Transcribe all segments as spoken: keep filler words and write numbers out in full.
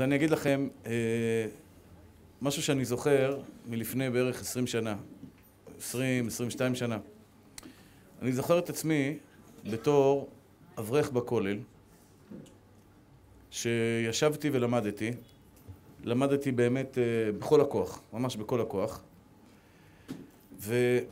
אז אני אגיד לכם, אה, משהו שאני זוכר מלפני בערך עשרים שנה, עשרים, עשרים ושתיים שנה. אני זוכר את עצמי בתור אברך בכולל, שישבתי ולמדתי, למדתי באמת אה, בכל הכוח, ממש בכל הכוח, והייתי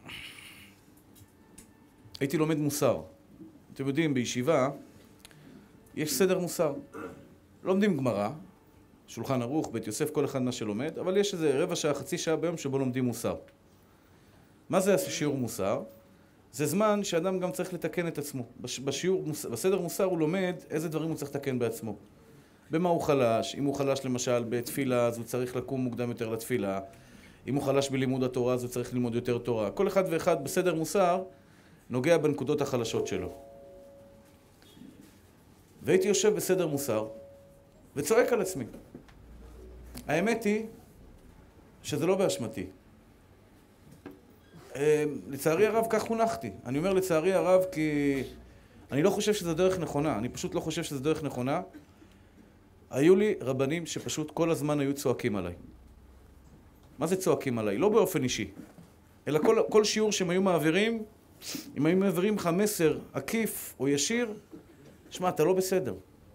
לומד מוסר. אתם יודעים, בישיבה יש סדר מוסר. לומדים גמרא, שולחן ערוך, בית יוסף, כל אחד מה שלומד, אבל יש איזה רבע שעה, חצי שעה ביום שבו לומדים מוסר. מה זה שיעור מוסר? זה זמן שאדם גם צריך לתקן את עצמו. בשיעור, בסדר מוסר הוא לומד איזה דברים הוא צריך לתקן בעצמו. במה הוא חלש? אם הוא חלש למשל בתפילה, אז הוא צריך לקום מוקדם יותר לתפילה. אם הוא חלש בלימוד התורה, אז הוא צריך ללמוד יותר תורה. כל אחד ואחד בסדר מוסר נוגע בנקודות החלשות שלו. והייתי יושב בסדר מוסר וצועק על עצמי. האמת היא שזה לא באשמתי. לצערי הרב כך חונכתי. אני אומר לצערי הרב כי אני לא חושב שזה דרך נכונה. אני פשוט לא חושב שזה דרך נכונה. היו לי רבנים שפשוט כל הזמן היו צועקים עליי. מה זה צועקים עליי? לא באופן אישי. אלא כל, כל שיעור שהם היו מעבירים, אם היו מעבירים לך מסר עקיף או ישיר, שמע, אתה לא בסדר.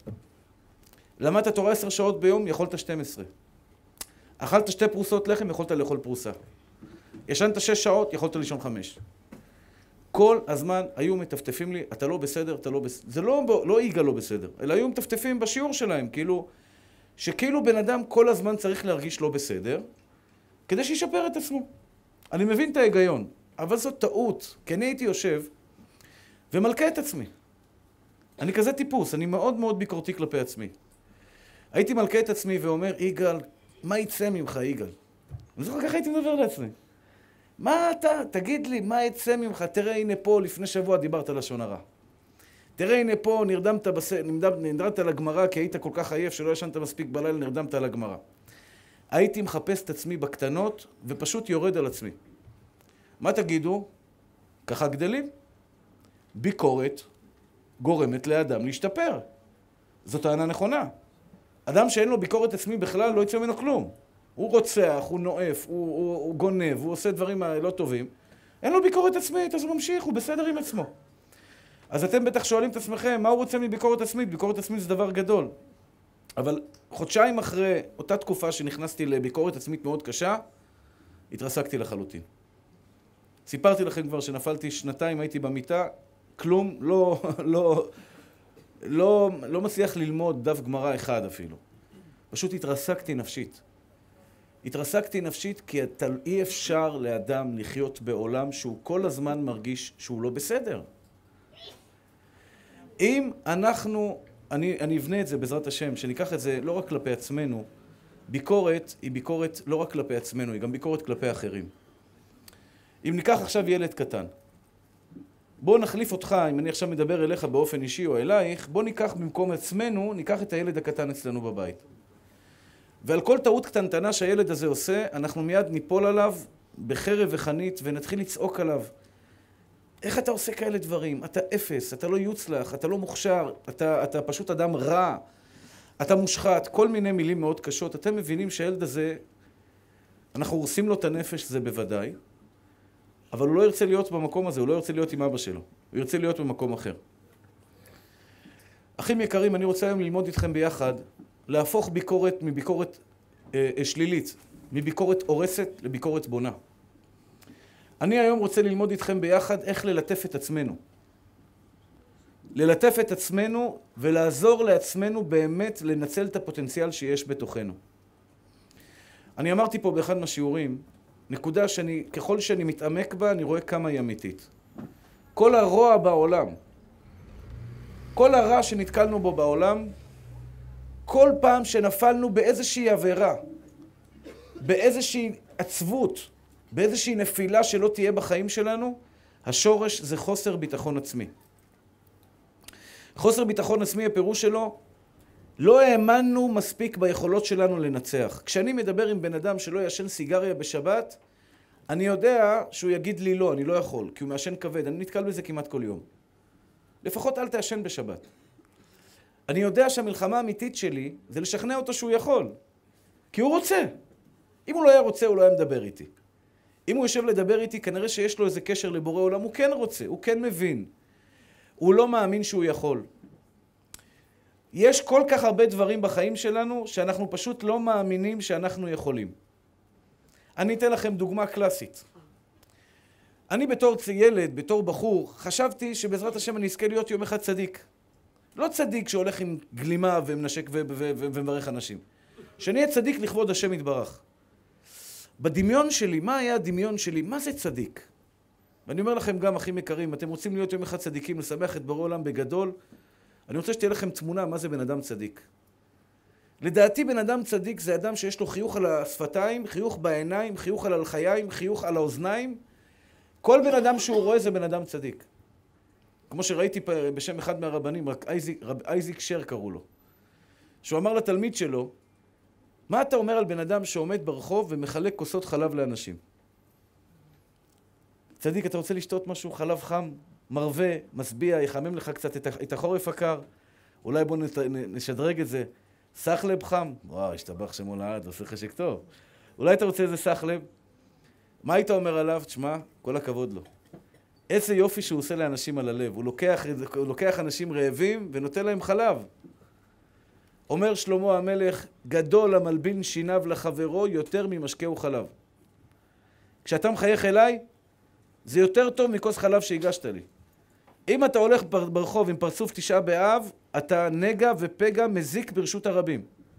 למדת תורה עשר שעות ביום, יכולת שתים עשרה. אכלת שתי פרוסות לחם, יכולת לאכול פרוסה. ישנת שש שעות, יכולת לישון חמש. כל הזמן היו מטפטפים לי, אתה לא בסדר, אתה לא בסדר. זה לא, לא איגה לא בסדר, אלא היו מטפטפים בשיעור שלהם, כאילו, שכאילו בן אדם כל הזמן צריך להרגיש לא בסדר, כדי שישפר את עצמו. אני מבין את ההיגיון, אבל זאת טעות, כי אני הייתי יושב ומלכה את עצמי. אני כזה טיפוס, אני מאוד מאוד ביקורתי כלפי עצמי. הייתי מלכה את עצמי ואומר, יגאל, מה יצא ממך, יגאל? אני זוכר ככה הייתי מדבר לעצמי. מה אתה, תגיד לי, מה יצא ממך? תראה, הנה פה, לפני שבוע דיברת לשון הרע. תראה, הנה פה, נרדמת, בס... נרדמת על הגמרא, כי היית כל כך עייף שלא ישנת מספיק בלילה, נרדמת על הגמרא. הייתי מחפש את עצמי בקטנות, ופשוט יורד על עצמי. מה תגידו? ככה גדלים. ביקורת גורמת לאדם להשתפר. זאת טענה נכונה. אדם שאין לו ביקורת עצמי בכלל לא יצא ממנו כלום. הוא רוצח, הוא נואף, הוא, הוא, הוא גונב, הוא עושה דברים לא טובים. אין לו ביקורת עצמית, אז הוא ממשיך, הוא בסדר עם עצמו. אז אתם בטח שואלים את עצמכם, מה הוא רוצה מביקורת עצמית? ביקורת עצמית זה דבר גדול. אבל חודשיים אחרי אותה תקופה שנכנסתי לביקורת עצמית מאוד קשה, התרסקתי לחלוטין. סיפרתי לכם כבר שנפלתי שנתיים, הייתי במיטה, כלום, לא, לא, לא, לא מצליח ללמוד דף גמרא אחד אפילו. פשוט התרסקתי נפשית. התרסקתי נפשית כי אתה, אי אפשר לאדם לחיות בעולם שהוא כל הזמן מרגיש שהוא לא בסדר. אם אנחנו, אני, אני אבנה את זה בעזרת השם, שניקח את זה לא רק כלפי עצמנו, ביקורת היא ביקורת לא רק כלפי עצמנו, היא גם ביקורת כלפי אחרים. אם ניקח עכשיו ילד קטן, בוא נחליף אותך, אם אני עכשיו מדבר אליך באופן אישי או אלייך, בוא ניקח במקום עצמנו, ניקח את הילד הקטן אצלנו בבית. ועל כל טעות קטנטנה שהילד הזה עושה, אנחנו מיד ניפול עליו בחרב וחנית ונתחיל לצעוק עליו. איך אתה עושה כאלה דברים? אתה אפס, אתה לא יוצלח, אתה לא מוכשר, אתה, אתה פשוט אדם רע, אתה מושחת, כל מיני מילים מאוד קשות. אתם מבינים שהילד הזה, אנחנו הורסים לו את הנפש, זה בוודאי, אבל הוא לא ירצה להיות במקום הזה, הוא לא ירצה להיות עם אבא שלו, הוא ירצה להיות במקום אחר. אחים יקרים, אני רוצה היום ללמוד איתכם ביחד, להפוך ביקורת מביקורת אה, שלילית, מביקורת הורסת לביקורת בונה. אני היום רוצה ללמוד איתכם ביחד איך ללטף את עצמנו. ללטף את עצמנו ולעזור לעצמנו באמת לנצל את הפוטנציאל שיש בתוכנו. אני אמרתי פה באחד מהשיעורים, נקודה שאני, ככל שאני מתעמק בה, אני רואה כמה היא אמיתית. כל הרוע בעולם, כל הרע שנתקלנו בו בעולם, כל פעם שנפלנו באיזושהי עבירה, באיזושהי עצבות, באיזושהי נפילה שלא תהיה בחיים שלנו, השורש זה חוסר ביטחון עצמי. חוסר ביטחון עצמי, הפירוש שלו, לא האמנו מספיק ביכולות שלנו לנצח. כשאני מדבר עם בן אדם שלא ישן סיגריה בשבת, אני יודע שהוא יגיד לי לא, אני לא יכול, כי הוא מעשן כבד. אני נתקל בזה כמעט כל יום. לפחות אל תעשן בשבת. אני יודע שהמלחמה האמיתית שלי זה לשכנע אותו שהוא יכול. כי הוא רוצה. אם הוא לא היה רוצה, הוא לא היה מדבר איתי. אם הוא יושב לדבר איתי, כנראה שיש לו איזה קשר לבורא עולם, הוא כן רוצה, הוא כן מבין. הוא לא מאמין שהוא יכול. יש כל כך הרבה דברים בחיים שלנו שאנחנו פשוט לא מאמינים שאנחנו יכולים. אני אתן לכם דוגמה קלאסית. אני בתור ילד, בתור בחור, חשבתי שבעזרת השם אני אזכה להיות יום אחד צדיק. לא צדיק שהולך עם גלימה ומנשק ומברך אנשים. שאני אהיה צדיק לכבוד השם יתברך. בדמיון שלי, מה היה הדמיון שלי? מה זה צדיק? ואני אומר לכם גם, אחים יקרים, אתם רוצים להיות יום אחד צדיקים, לשמח את בורא עולם בגדול, אני רוצה שתהיה לכם תמונה מה זה בן אדם צדיק. לדעתי בן אדם צדיק זה אדם שיש לו חיוך על השפתיים, חיוך בעיניים, חיוך על הלחיים, חיוך על האוזניים. כל בן אדם שהוא רואה זה בן אדם צדיק. כמו שראיתי בשם אחד מהרבנים, רק אייזיק, רב, אייזיק שר קראו לו. שהוא אמר לתלמיד שלו, מה אתה אומר על בן אדם שעומד ברחוב ומחלק כוסות חלב לאנשים? צדיק, אתה רוצה לשתות משהו? חלב חם, מרווה, משביע, יחמם לך קצת את החורף הקר. אולי בוא נשדרג את זה. סחלב חם. וואו, השתבח שמו לעד, עושה חשק טוב. אולי אתה רוצה איזה סחלב? מה היית אומר עליו? תשמע, כל הכבוד לו. איזה יופי שהוא עושה לאנשים על הלב. הוא לוקח, הוא לוקח אנשים רעבים ונותן להם חלב. אומר שלמה המלך, גדול המלבין שיניו לחברו יותר ממשקהו חלב. כשאתה מחייך אליי, זה יותר טוב מכוס חלב שהגשת לי. אם אתה הולך ברחוב עם פרצוף תשעה באב, אתה נגע ופגע מזיק ברשות הרבים.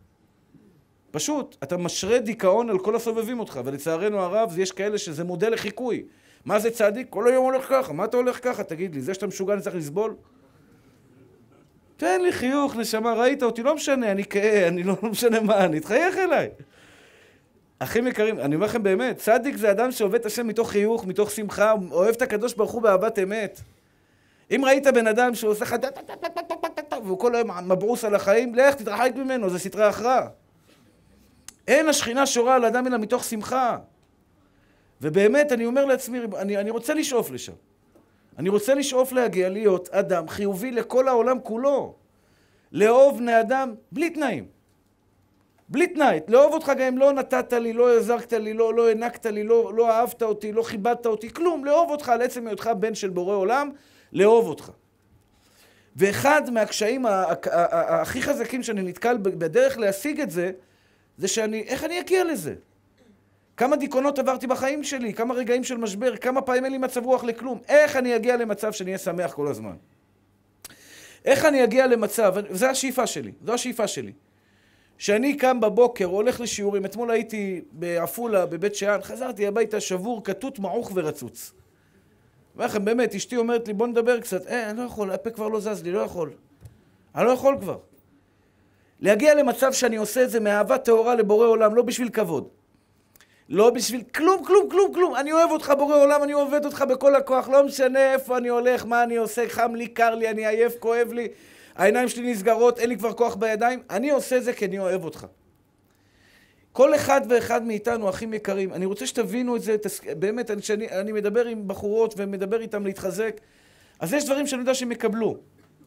פשוט, אתה משרה דיכאון על כל הסובבים אותך, ולצערנו הרב, יש כאלה שזה מודל לחיקוי. מה זה צדיק? כל היום הולך ככה. מה אתה הולך ככה? תגיד לי, זה שאתה משוגע אני צריך לסבול? תן לי חיוך, נשמה, ראית אותי, לא משנה, אני כאה, אני לא משנה מה, אני תחייך אליי. אחים יקרים, אני אומר לכם באמת, צדיק זה אדם שעובד את השם מתוך חיוך, מתוך שמחה, אוהב את הקדוש ברוך הוא באהבת אמת. אם ראית בן אדם שהוא עושה לך והוא כל היום מבעוס על החיים, לך תתרחק ממנו, זה סתרי הכרעה. אין השכינה שורה על אדם אלא מתוך שמחה. ובאמת אני אומר לעצמי, אני, אני רוצה לשאוף לשם. אני רוצה לשאוף להגיע להיות אדם חיובי לכל העולם כולו. לאהוב בני אדם בלי תנאים. בלי תנאי. לאהוב אותך גם אם לא נתת לי, לא עזרת לי, לא, לא הענקת לי, לא, לא אהבת אותי, לא כיבדת אותי, כלום. לאהוב אותך על עצם היותך בן של בורא עולם, לאהוב אותך. ואחד מהקשיים הכי חזקים שאני נתקל בדרך להשיג את זה, זה שאני, איך אני אגיע לזה? כמה דיכאונות עברתי בחיים שלי, כמה רגעים של משבר, כמה פעמים אין לי מצב רוח לכלום. איך אני אגיע למצב שאני אהיה שמח כל הזמן? איך אני אגיע למצב, וזו השאיפה שלי, זו השאיפה שלי. שאני קם בבוקר, הולך לשיעורים, אתמול הייתי בעפולה, בבית שאן, חזרתי הביתה שבור, כתות, מעוך ורצוץ. ואיכם, באמת, אשתי אומרת לי, בוא נדבר קצת. אה, אני לא יכול, הפה כבר לא זז לי, לא יכול. אני לא יכול כבר. להגיע למצב שאני עושה את זה מאהבה טהורה לבורא עולם, לא בשביל כבוד. לא בשביל כלום, כלום, כלום, כלום. אני אוהב אותך בורא עולם, אני עובד אותך בכל הכוח, לא משנה איפה אני הולך, מה אני עושה, חם לי, קר לי, אני עייף, כואב לי, העיניים שלי נסגרות, אין לי כבר כוח בידיים. אני עושה זה כי אני אוהב אותך. כל אחד ואחד מאיתנו, אחים יקרים, אני רוצה שתבינו את זה, באמת, אני, אני מדבר עם בחורות ומדבר איתם להתחזק, אז יש דברים שאני יודע שהם יקבלו.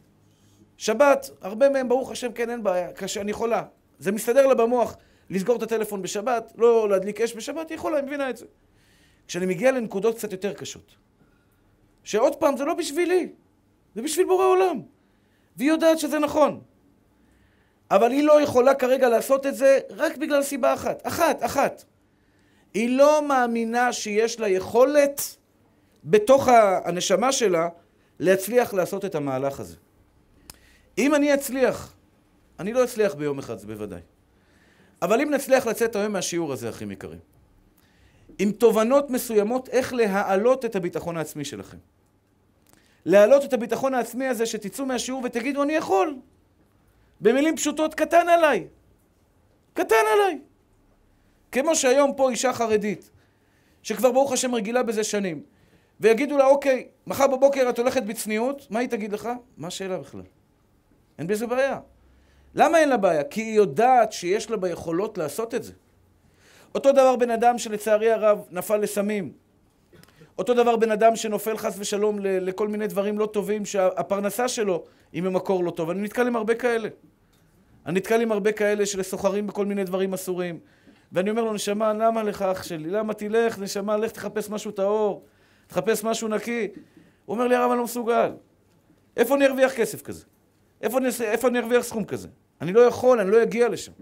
שבת, הרבה מהם, ברוך השם, כן, אין בעיה, כשאני יכולה. זה מסתדר לה במוח לסגור את הטלפון בשבת, לא להדליק אש בשבת, היא יכולה, היא מבינה את זה. כשאני מגיע לנקודות קצת יותר קשות, שעוד פעם, זה לא בשבילי, זה בשביל בורא עולם. והיא יודעת שזה נכון. אבל היא לא יכולה כרגע לעשות את זה רק בגלל סיבה אחת. אחת, אחת. היא לא מאמינה שיש לה יכולת בתוך הנשמה שלה להצליח לעשות את המהלך הזה. אם אני אצליח, אני לא אצליח ביום אחד, זה בוודאי. אבל אם נצליח לצאת היום מהשיעור הזה, אחים יקרים, עם תובנות מסוימות איך להעלות את הביטחון העצמי שלכם. להעלות את הביטחון העצמי הזה שתצאו מהשיעור ותגידו, אני יכול. במילים פשוטות, קטן עליי. קטן עליי. כמו שהיום פה אישה חרדית, שכבר ברוך השם רגילה בזה שנים, ויגידו לה, אוקיי, מחר בבוקר את הולכת בצניעות, מה היא תגיד לך? מה השאלה בכלל? אין בזה בעיה. למה אין לה בעיה? כי היא יודעת שיש לה ביכולות לעשות את זה. אותו דבר בן אדם שלצערי הרב נפל לסמים. אותו דבר בן אדם שנופל חס ושלום לכל מיני דברים לא טובים, שהפרנסה שלו היא ממקור לא טוב. אני נתקל עם הרבה כאלה. אני נתקל עם הרבה כאלה שלסוחרים בכל מיני דברים אסורים. ואני אומר לו, נשמה, למה לך אח שלי? למה תלך, נשמה, לך תחפש משהו טהור, תחפש משהו נקי. הוא אומר לי, הרב, אני לא מסוגל. איפה אני ארוויח כסף כזה? איפה אני, איפה אני ארוויח סכום כזה? אני לא יכול, אני לא אגיע לשם.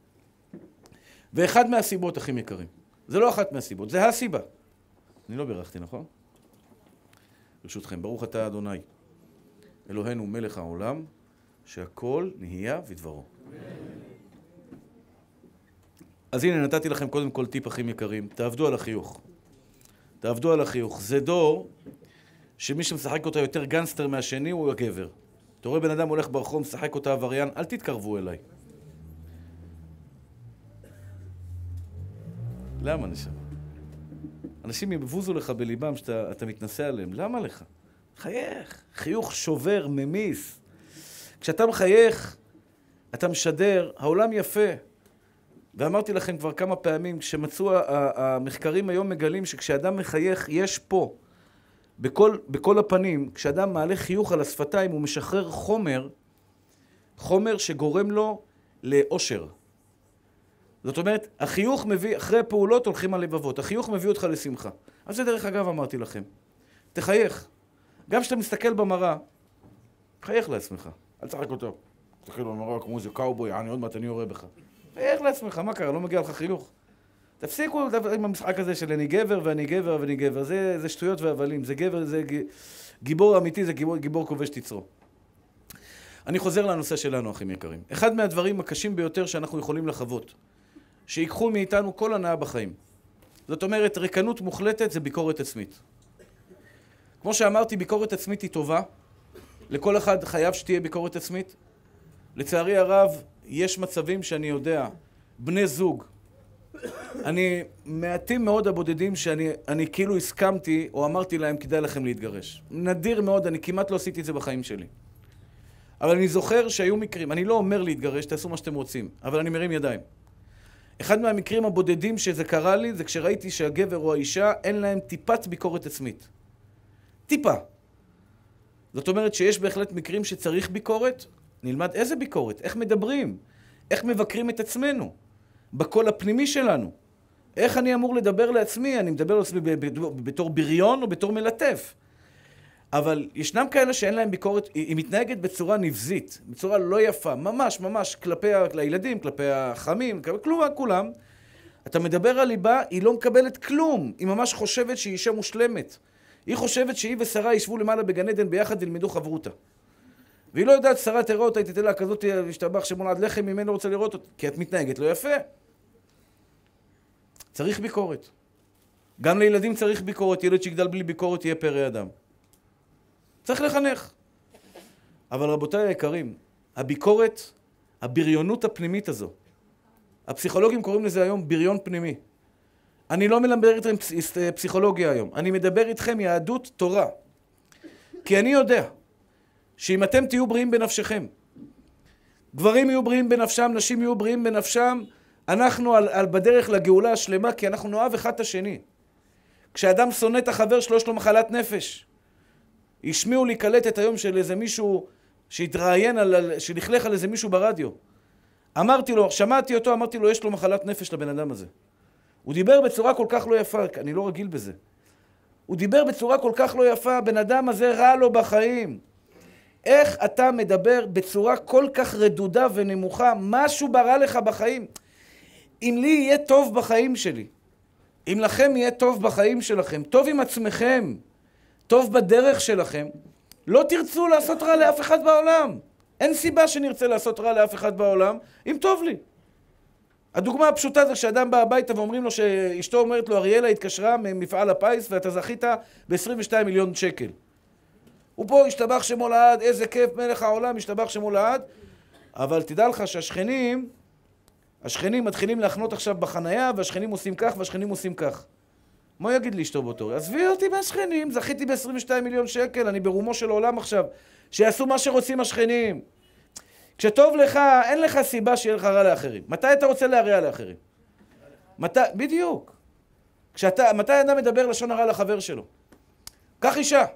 ואחד מהסיבות, אחים יקרים, זה לא אחת מהסיבות, זה הסיבה. אני לא בירכתי, נכון? ברשותכם, ברוך אתה אדוני, אלוהינו מלך העולם, שהכל נהיה ודברו. אז הנה, נתתי לכם קודם כל טיפ, אחים יקרים, תעבדו על החיוך. תעבדו על החיוך. זה דור שמי שמשחק אותה יותר גנסטר מהשני הוא הגבר. אתה רואה בן אדם הולך ברחוב, משחק אותה עבריין, אל תתקרבו אליי. למה נשמע? אנשים יבוזו לך בליבם שאתה אתה מתנסה עליהם. למה לך? חייך. חיוך שובר, ממיס. כשאתה מחייך, אתה משדר, העולם יפה. ואמרתי לכם כבר כמה פעמים, כשמצאו המחקרים היום מגלים שכשאדם מחייך, יש פה, בכל, בכל הפנים, כשאדם מעלה חיוך על השפתיים, הוא משחרר חומר, חומר שגורם לו לאושר. זאת אומרת, החיוך מביא, אחרי הפעולות הולכים על לבבות, החיוך מביא אותך לשמחה. אז זה דרך אגב אמרתי לכם, תחייך. גם כשאתה מסתכל במראה, חייך לעצמך, אל תשחק אותו. תסתכל במראה כמו איזה קאובוי, אני עוד מעט אני יורה בך. חייך לעצמך, מה קרה? לא מגיע לך חיוך. תפסיקו עם המשחק הזה של אני גבר ואני גבר ואני גבר. זה, זה שטויות והבלים, זה גבר, זה גיבור אמיתי, זה גיבור, גיבור כובש תצרו. אני חוזר לנושא שלנו, אחים יקרים. אחד מהדברים הקשים ביותר שאנחנו יכולים לחוות, שיקחו מאיתנו כל הנאה בחיים. זאת אומרת, ריקנות מוחלטת זה ביקורת עצמית. כמו שאמרתי, ביקורת עצמית היא טובה. לכל אחד חייב שתהיה ביקורת עצמית. לצערי הרב, יש מצבים שאני יודע, בני זוג, אני מעטים מאוד הבודדים שאני אני כאילו הסכמתי או אמרתי להם כדאי לכם להתגרש. נדיר מאוד, אני כמעט לא עשיתי את זה בחיים שלי. אבל אני זוכר שהיו מקרים, אני לא אומר להתגרש, תעשו מה שאתם רוצים, אבל אני מרים ידיים. אחד מהמקרים הבודדים שזה קרה לי, זה כשראיתי שהגבר או האישה אין להם טיפת ביקורת עצמית. טיפה. זאת אומרת שיש בהחלט מקרים שצריך ביקורת, נלמד איזה ביקורת, איך מדברים, איך מבקרים את עצמנו, בקול הפנימי שלנו. איך אני אמור לדבר לעצמי, אני מדבר לעצמי בתור בריון או בתור מלטף. אבל ישנם כאלה שאין להם ביקורת, היא מתנהגת בצורה נבזית, בצורה לא יפה, ממש ממש כלפי הילדים, כלפי החמים, כלום כולם. אתה מדבר על ליבה, היא לא מקבלת כלום, היא ממש חושבת שהיא אישה מושלמת. היא חושבת שהיא ושרה ישבו למעלה בגן עדן ביחד וילמדו חברותה. והיא לא יודעת, שרה תראה אותה, היא תתן לה כזאת, השתבח שמונד לחם, ממנו רוצה לראות אותה, כי את מתנהגת לא יפה. צריך ביקורת. גם לילדים צריך ביקורת, ילד שיגדל בלי ביקורת יהיה פרא אדם. צריך לחנך. אבל רבותיי היקרים, הביקורת, הבריונות הפנימית הזו, הפסיכולוגים קוראים לזה היום בריון פנימי. אני לא מלמד איתכם פסיכולוגיה היום, אני מדבר איתכם יהדות תורה. כי אני יודע שאם אתם תהיו בריאים בנפשכם, גברים יהיו בריאים בנפשם, נשים יהיו בריאים בנפשם, אנחנו על, על בדרך לגאולה השלמה, כי אנחנו נאהב אחד את השני. כשאדם שונא את החבר שלו, יש לו מחלת נפש. השמיעו לי קלטת היום של איזה מישהו שהתראיין, על, שלכלך על איזה מישהו ברדיו. אמרתי לו, שמעתי אותו, אמרתי לו, יש לו מחלת נפש לבן אדם הזה. הוא דיבר בצורה כל כך לא יפה, אני לא רגיל בזה. הוא דיבר בצורה כל כך לא יפה, בן אדם הזה רע לו בחיים. איך אתה מדבר בצורה כל כך רדודה ונמוכה, משהו ברע לך בחיים? אם לי יהיה טוב בחיים שלי, אם לכם יהיה טוב בחיים שלכם, טוב עם עצמכם, טוב בדרך שלכם, לא תרצו לעשות רע לאף אחד בעולם. אין סיבה שנרצה לעשות רע לאף אחד בעולם, אם טוב לי. הדוגמה הפשוטה זה כשאדם בא הביתה ואומרים לו שאשתו אומרת לו, אריאלה התקשרה ממפעל הפיס ואתה זכית ב-עשרים ושניים מיליון שקל. הוא פה השתבח שמו לעד, איזה כיף מלך העולם, השתבח שמו לעד. אבל תדע לך שהשכנים, השכנים מתחילים להחנות עכשיו בחנייה, והשכנים עושים כך והשכנים עושים כך. מה יגיד לי אשתו באותו? עזבי אותי מהשכנים, זכיתי ב-עשרים ושניים מיליון שקל, אני ברומו של העולם עכשיו. שיעשו מה שרוצים השכנים. כשטוב לך, אין לך סיבה שיהיה לך רע לאחרים. מתי אתה רוצה להרע לאחרים? מתי, בדיוק. כשאתה, מתי אדם מדבר לשון הרע לחבר שלו? קח אישה.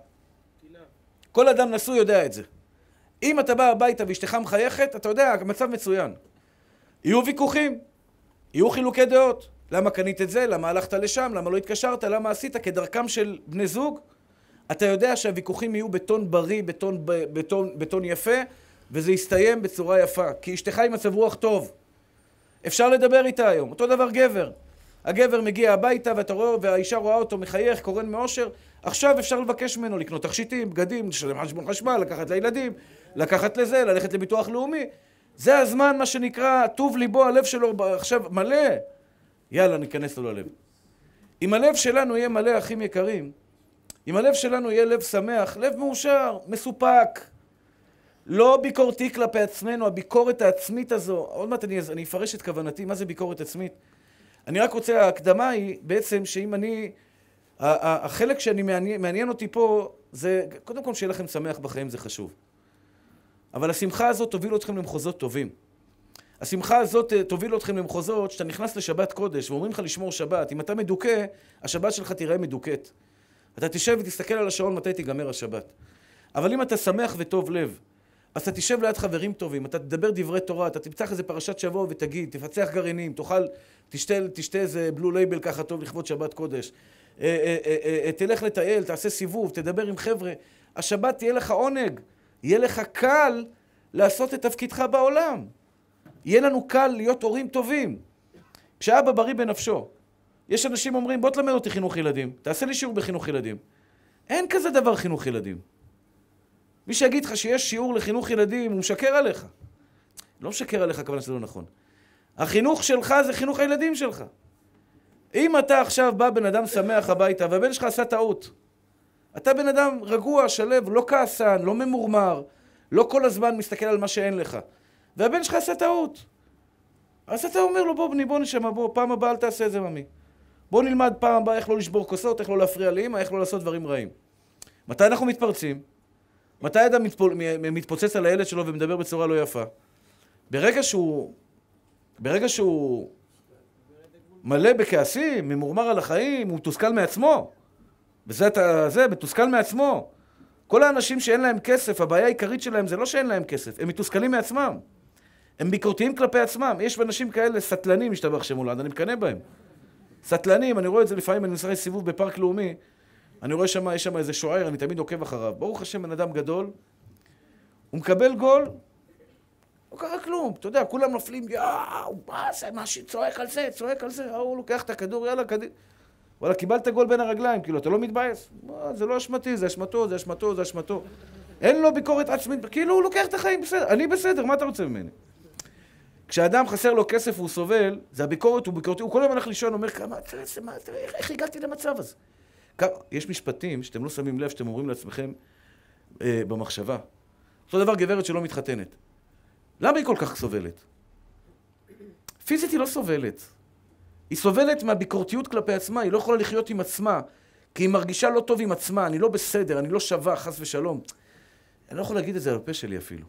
כל אדם נשוי יודע את זה. אם אתה בא הביתה ואשתך מחייכת, אתה יודע, המצב מצוין. יהיו ויכוחים, יהיו חילוקי דעות. למה קנית את זה? למה הלכת לשם? למה לא התקשרת? למה עשית? כדרכם של בני זוג, אתה יודע שהוויכוחים יהיו בטון בריא, בטון, בטון, בטון יפה, וזה יסתיים בצורה יפה. כי אשתך היא מצב רוח טוב. אפשר לדבר איתה היום. אותו דבר גבר. הגבר מגיע הביתה ואתה רואה, והאישה רואה אותו מחייך, קורן מאושר. עכשיו אפשר לבקש ממנו לקנות תכשיטים, בגדים, לשלם חשבון חשמל, לקחת לילדים, לקחת לזה, ללכת לביטוח לאומי. זה הזמן, מה שנקרא, טוב ליבו, הלב שלו עכשיו מלא. יאללה, ניכנס לו ללב. אם הלב שלנו יהיה מלא, אחים יקרים, אם הלב שלנו יהיה לב שמח, לב מאושר, מסופק, לא ביקורתי כלפי עצמנו, הביקורת העצמית הזו, עוד מעט אני, אני אפרש את כוונתי, מה זה ביקורת עצמית? אני רק רוצה, ההקדמה היא בעצם שאם אני, החלק שאני מעניין, מעניין אותי פה, זה קודם כל שיהיה לכם שמח בחיים, זה חשוב. אבל השמחה הזאת תוביל אתכם למחוזות טובים. השמחה הזאת תוביל אתכם למחוזות שאתה נכנס לשבת קודש ואומרים לך לשמור שבת. אם אתה מדוכא, השבת שלך תראה מדוכאת. אתה תשב ותסתכל על השעון מתי תיגמר השבת. אבל אם אתה שמח וטוב לב, אז אתה תשב ליד חברים טובים, אתה תדבר דברי תורה, אתה תפתח איזה פרשת שבוע ותגיד, תפצח גרעינים, תאכל, תשתה, תשתה איזה בלו לייבל ככה טוב לכבוד שבת קודש. תלך לטייל, תעשה סיבוב, תדבר עם חבר'ה. השבת תהיה לך עונג, יהיה לך קל לעשות את תפקידך בעולם. יהיה לנו קל להיות הורים טובים. כשאבא בריא בנפשו, יש אנשים אומרים, בוא תלמד אותי חינוך ילדים, תעשה לי שיעור בחינוך ילדים. אין כזה דבר חינוך ילדים. מי שיגיד לך שיש שיעור לחינוך ילדים, הוא משקר עליך. לא משקר עליך, כוונה שזה לא נכון. החינוך שלך זה חינוך הילדים שלך. אם אתה עכשיו בא בן אדם שמח הביתה, והבן שלך עשה טעות, אתה בן אדם רגוע, שלב, לא כעסן, לא ממורמר, לא כל הזמן מסתכל על מה שאין לך. והבן שלך עשה טעות. אז אתה אומר לו, בוא בני, בוא נשמע, בוא, פעם הבאה אל תעשה את זה, ממי. בוא נלמד פעם הבאה איך לא לשבור כוסות, איך לא להפריע לאמא, איך לא לעשות דברים רעים. מתי אנחנו מתפרצים? מתי אדם מתפוצץ על הילד שלו ומדבר בצורה לא יפה? ברגע שהוא, ברגע שהוא מלא בכעסים, ממורמר על החיים, הוא מתוסכל מעצמו. וזה אתה, זה, מתוסכל מעצמו. כל האנשים שאין להם כסף, הבעיה העיקרית שלהם זה לא שאין להם כסף, הם מתוסכלים מעצמם. הם ביקורתיים כלפי עצמם. יש אנשים כאלה סטלנים, משתבח שמולד, אני מקנה בהם. סטלנים, אני רואה את זה לפעמים, אני מסתכל סיבוב בפארק לאומי, אני רואה שמה, יש שם איזה שוער, אני תמיד עוקב אחריו. ברוך השם, בן אדם גדול, הוא מקבל גול, לא קרה כלום. אתה יודע, כולם נופלים, יאו, מה זה, מה שצועק על זה, צועק על זה, הוא לוקח את הכדור, יאללה, קדימה. וואלה, קיבלת גול בין הרגליים, כאילו, אתה לא מתבייס. זה לא אשמתי, זה אשמתו, זה אשמתו, זה אשמתו. אין לו ביקורת עצמית, כאילו, הוא לוקח את החיים בסדר. אני בסדר, מה אתה רוצה ממני? כשאדם חסר לו כסף והוא סובל, זה הביקורת, הוא ביקורתי, הוא כל הזמן הולך לישון, אומר, כמה, איך הגעתי למצב הזה? יש משפטים שאתם לא שמים לב, שאתם אומרים לעצמכם אה, במחשבה. אותו דבר גברת שלא מתחתנת. למה היא כל כך סובלת? פיזית היא לא סובלת. היא סובלת מהביקורתיות כלפי עצמה, היא לא יכולה לחיות עם עצמה, כי היא מרגישה לא טוב עם עצמה, אני לא בסדר, אני לא שווה, חס ושלום. אני לא יכול להגיד את זה על הפה שלי אפילו.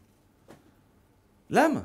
למה?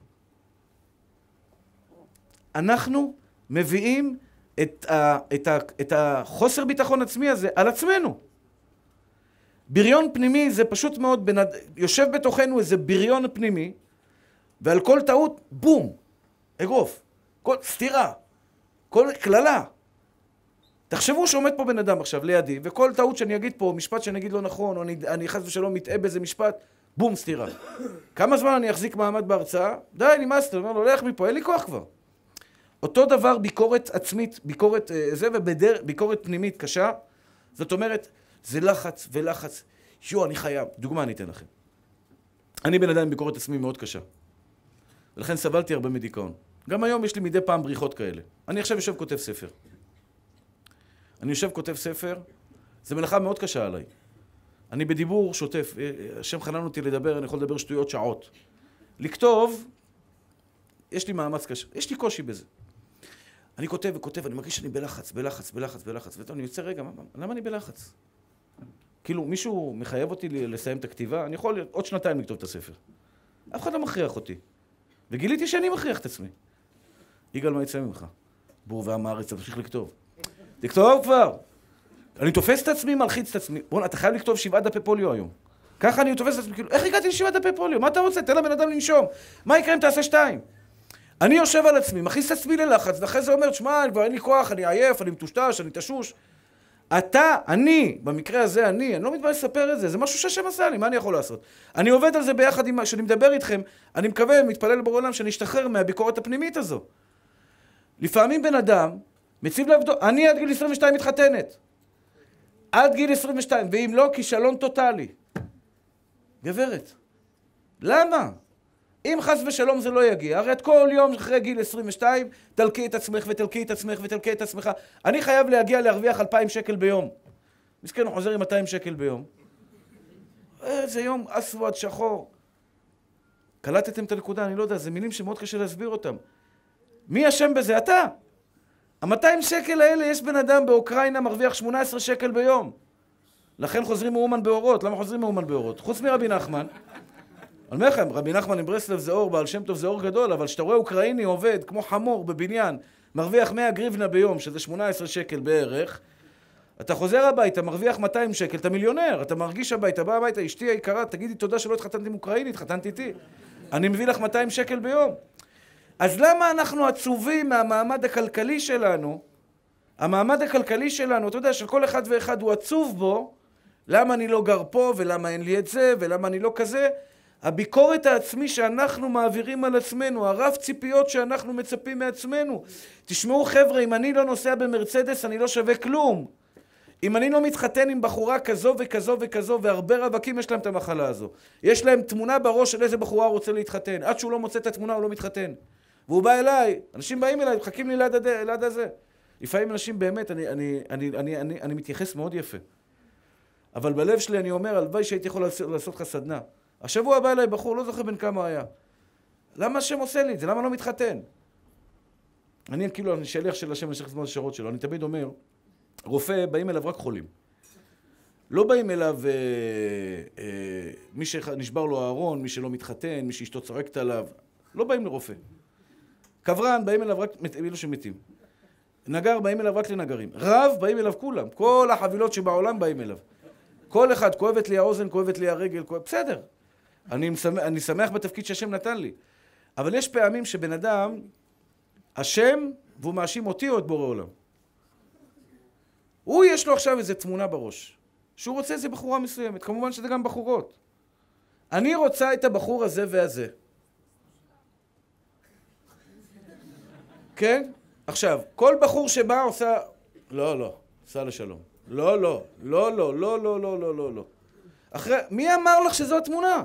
אנחנו מביאים את, ה, את, ה, את החוסר ביטחון עצמי הזה על עצמנו. בריון פנימי זה פשוט מאוד, בנד... יושב בתוכנו איזה בריון פנימי, ועל כל טעות, בום, אגרוף, כל סתירה, כל כללה. תחשבו שעומד פה בן אדם עכשיו לידי, וכל טעות שאני אגיד פה, משפט שאני אגיד לא נכון, או אני, אני חס ושלום מתאה באיזה משפט, בום, סתירה. כמה זמן אני אחזיק מעמד בהרצאה? די, נמאסתי, אומר לו, לך מפה, אין לי כוח כבר. אותו דבר ביקורת עצמית, ביקורת זה וביקורת פנימית קשה, זאת אומרת, זה לחץ ולחץ. יו, אני חייב. דוגמה אני אתן לכם. אני בן אדם עם ביקורת עצמי מאוד קשה. ולכן סבלתי הרבה מדיכאון. גם היום יש לי מדי פעם בריחות כאלה. אני עכשיו יושב כותב ספר. אני יושב כותב ספר, זה מלאכה מאוד קשה עליי. אני בדיבור שוטף, השם חנן אותי לדבר, אני יכול לדבר שטויות שעות. לכתוב, יש לי מאמץ קשה, יש לי קושי בזה. אני כותב וכותב, אני מרגיש שאני בלחץ, בלחץ, בלחץ, בלחץ, ואני יוצא רגע, מה, למה אני בלחץ? כאילו, מישהו מחייב אותי לסיים את הכתיבה, אני יכול עוד שנתיים לכתוב את הספר. אף אחד לא מכריח אותי. וגיליתי שאני מכריח את עצמי. יגאל, מה יצא ממך? בור ועם הארץ, תמשיך לכתוב. תכתוב כבר! אני תופס את עצמי, מלחיץ את עצמי. בוא, אתה חייב לכתוב שבעה דפי פוליו היום. ככה אני תופס את עצמי, כאילו, איך הגעתי לשבעה דפי פוליו? מה אתה רוצה? תן לבן אדם לנשום. מה יקרה אם תעשה שתיים? אני יושב על עצמי, מכניס את עצמי ללחץ, ואחרי זה אומר, שמע, כבר אין לי כוח, אני עייף, אני מטושטש, אני תשוש. אתה, אני, במקרה הזה אני, אני לא מתבייש לספר את זה, זה משהו שהשם עשה לי, מה אני יכול לעשות? אני עובד על זה ביחד עם, כשאני מדבר איתכם, אני מקווה, מתפלל לבורא עולם, שאני אשתחרר מהביקורת הפנימית הזו. לפעמים בן אדם, מציב לעבדו, אני עד גיל עשרים ושתיים מתחתנת. עד גיל עשרים ושתיים, ואם לא, כישלון טוטלי. גברת, למה? אם חס ושלום זה לא יגיע, הרי את כל יום אחרי גיל עשרים ושתיים, תלקי את עצמך ותלקי את עצמך ותלקי את עצמך. אני חייב להגיע להרוויח אלפיים שקל ביום. מסכן, הוא חוזר עם מאתיים שקל ביום. איזה יום אסווד שחור. קלטתם את הנקודה, אני לא יודע, זה מילים שמאוד קשה להסביר אותם. מי אשם בזה? אתה. ה-מאתיים שקל האלה, יש בן אדם באוקראינה מרוויח שמונה עשרה שקל ביום. לכן חוזרים מאומן באורות. למה חוזרים מאומן באורות? חוץ מרבי נחמן. אני אומר לכם, רבי נחמן עם ברסלב זה אור, בעל שם טוב זה אור גדול, אבל כשאתה רואה אוקראיני עובד כמו חמור בבניין, מרוויח מאה גריבנה ביום, שזה שמונה עשרה שקל בערך, אתה חוזר הביתה, מרוויח מאתיים שקל, אתה מיליונר, אתה מרגיש הביתה, בא הביתה, אשתי היקרה, תגידי תודה שלא התחתנתי עם אוקראיני, התחתנתי איתי. אני מביא לך מאתיים שקל ביום. אז למה אנחנו עצובים מהמעמד הכלכלי שלנו? המעמד הכלכלי שלנו, אתה יודע, שכל אחד ואחד הוא עצוב בו, למה אני לא גר פה, ולמה אין לי את זה, ולמה אני לא כזה? הביקורת העצמי שאנחנו מעבירים על עצמנו, הרב ציפיות שאנחנו מצפים מעצמנו. תשמעו חבר'ה, אם אני לא נוסע במרצדס, אני לא שווה כלום. אם אני לא מתחתן עם בחורה כזו וכזו וכזו, והרבה רווקים יש להם את המחלה הזו. יש להם תמונה בראש של איזה בחורה רוצה להתחתן. עד שהוא לא מוצא את התמונה, הוא לא מתחתן. והוא בא אליי, אנשים באים אליי, מחכים לי ליד, ליד הזה. לפעמים אנשים באמת, אני, אני, אני, אני, אני, אני מתייחס מאוד יפה. אבל בלב שלי אני אומר, הלוואי שהייתי יכול לעשות, לעשות לך סדנה. השבוע בא אליי בחור, לא זוכר בין כמה היה. למה השם עושה לי את זה? למה לא מתחתן? אני כאילו, אני שליח של השם, אני שליח זמן השרות שלו. אני תמיד אומר, רופא, באים אליו רק חולים. לא באים אליו אה, אה, מי שנשבר לו הארון, מי שלא מתחתן, מי שאשתו צועקת עליו. לא באים לרופא. קברן, באים אליו רק אלו שמתים. נגר, באים אליו רק לנגרים. רב, באים אליו כולם. כל החבילות שבעולם באים אליו. כל אחד, כואבת לי האוזן, כואבת לי הרגל, כואב... בסדר. אני, משמח, אני שמח בתפקיד שהשם נתן לי. אבל יש פעמים שבן אדם, השם, והוא מאשים אותי או את בורא עולם. הוא יש לו עכשיו איזו תמונה בראש, שהוא רוצה איזו בחורה מסוימת, כמובן שזה גם בחורות. אני רוצה את הבחור הזה והזה. כן? עכשיו, כל בחור שבא עושה... לא, לא, עושה לשלום. לא, לא, לא, לא, לא, לא, לא, לא, לא, לא. אחרי... מי אמר לך שזו התמונה?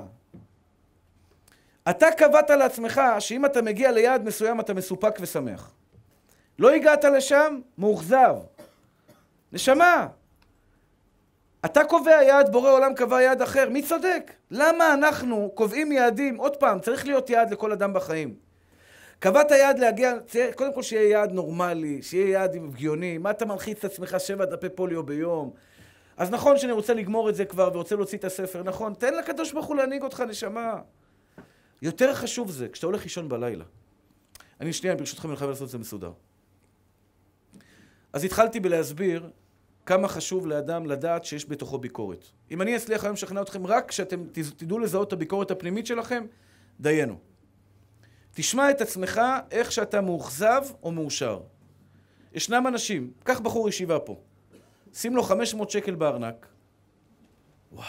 אתה קבעת לעצמך שאם אתה מגיע ליעד מסוים אתה מסופק ושמח. לא הגעת לשם, מאוכזב. נשמה, אתה קובע יעד, בורא עולם קבע יעד אחר. מי צודק? למה אנחנו קובעים יעדים? עוד פעם, צריך להיות יעד לכל אדם בחיים. קבעת יעד להגיע, קודם כל שיהיה יעד נורמלי, שיהיה יעד הגיוני. מה אתה מלחיץ את עצמך שבע דפי פוליו ביום? אז נכון שאני רוצה לגמור את זה כבר ורוצה להוציא את הספר, נכון? תן לקדוש ברוך הוא להנהיג אותך, נשמה. יותר חשוב זה, כשאתה הולך לישון בלילה. אני שנייה, ברשותכם, אני חייב לעשות את זה מסודר. אז התחלתי בלהסביר כמה חשוב לאדם לדעת שיש בתוכו ביקורת. אם אני אצליח היום לשכנע אתכם רק כשאתם תדעו לזהות את הביקורת הפנימית שלכם, דיינו. תשמע את עצמך איך שאתה מאוכזב או מאושר. ישנם אנשים, קח בחור ישיבה פה, שים לו חמש מאות שקל בארנק. וואו.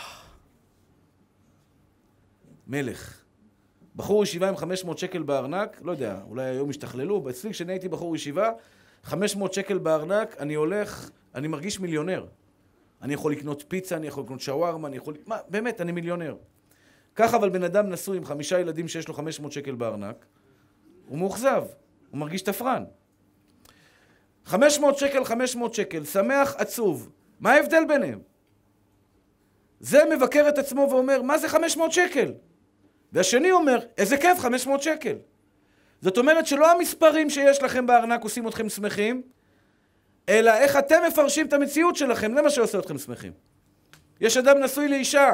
מלך. בחור ישיבה עם חמש מאות שקל בארנק, לא יודע, אולי היום השתכללו, אצלי כשאני הייתי בחור ישיבה, חמש מאות שקל בארנק, אני הולך, אני מרגיש מיליונר. אני יכול לקנות פיצה, אני יכול לקנות שווארמה, אני יכול... מה, באמת, אני מיליונר. כך אבל בן אדם נשוי עם חמישה ילדים שיש לו חמש מאות שקל בארנק, הוא מאוכזב, הוא מרגיש תפרן. חמש מאות שקל, חמש מאות שקל, שמח, עצוב. מה ההבדל ביניהם? זה מבקר את עצמו ואומר, מה זה חמש מאות שקל? והשני אומר, איזה כיף, חמש מאות שקל. זאת אומרת שלא המספרים שיש לכם בארנק עושים אתכם שמחים, אלא איך אתם מפרשים את המציאות שלכם, זה מה שעושה אתכם שמחים. יש אדם נשוי לאישה,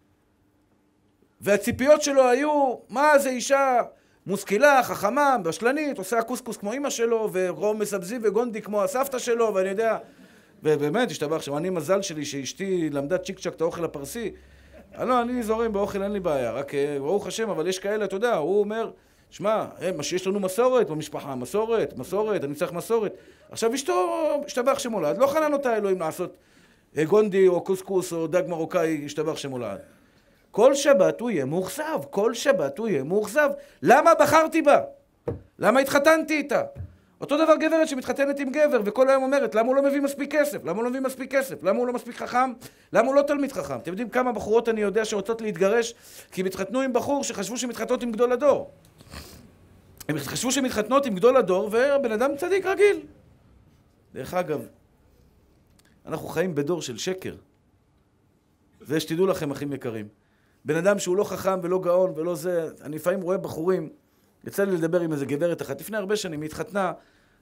והציפיות שלו היו, מה זה אישה מושכילה, חכמה, בשלנית, עושה קוסקוס כמו אמא שלו, ורום מסבזי וגונדי כמו הסבתא שלו, ואני יודע, ובאמת, השתבח שם, אני מזל שלי שאשתי למדה צ'יק צ'ק את האוכל הפרסי. לא, אני זורם באוכל, אין לי בעיה, רק ברוך השם, אבל יש כאלה, אתה יודע, הוא אומר, שמע, יש לנו מסורת במשפחה, מסורת, מסורת, אני צריך מסורת. עכשיו אשתו, השתבח שמולד, לא חנן אותה אלוהים לעשות גונדי או קוסקוס או דג מרוקאי, השתבח שמולד. כל שבת הוא יהיה מאוכזב, כל שבת הוא יהיה מאוכזב. למה בחרתי בה? למה התחתנתי איתה? אותו דבר גברת שמתחתנת עם גבר, וכל היום אומרת, למה הוא לא מביא מספיק כסף? למה הוא לא מביא מספיק כסף? למה הוא לא מספיק חכם? למה הוא לא תלמיד חכם? אתם יודעים כמה בחורות אני יודע שרוצות להתגרש, כי הם התחתנו עם בחור שחשבו שמתחתנות עם גדול הדור. הם חשבו שמתחתנות עם גדול הדור, ובן אדם צדיק רגיל. דרך אגב, אנחנו חיים בדור של שקר. זה שתדעו לכם, אחים יקרים. בן אדם שהוא לא חכם ולא גאון ולא זה, אני לפעמים רואה בחורים, יצא לי לדבר עם איזה גברת אחת, לפני הרבה שנים היא התחתנה,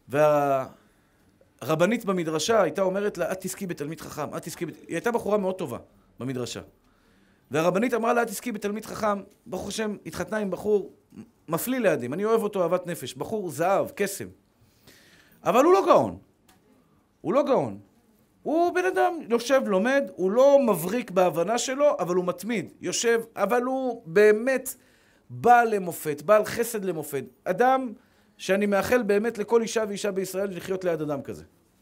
והרבנית במדרשה הייתה אומרת לה, את תזכי בתלמיד חכם, את תזכי בת... היא הייתה בחורה מאוד טובה במדרשה. והרבנית אמרה לה, את תזכי בתלמיד חכם, ברוך השם, התחתנה עם בחור מפליא לידים, אני אוהב אותו אהבת נפש, בחור זהב, קסם. אבל הוא לא גאון. הוא לא גאון. הוא בן אדם, יושב, לומד, הוא לא מבריק בהבנה שלו, אבל הוא מתמיד, יושב, אבל הוא באמת בעל למופת, בעל חסד למופת. אדם שאני מאחל באמת לכל אישה ואישה בישראל לחיות ליד אדם כזה.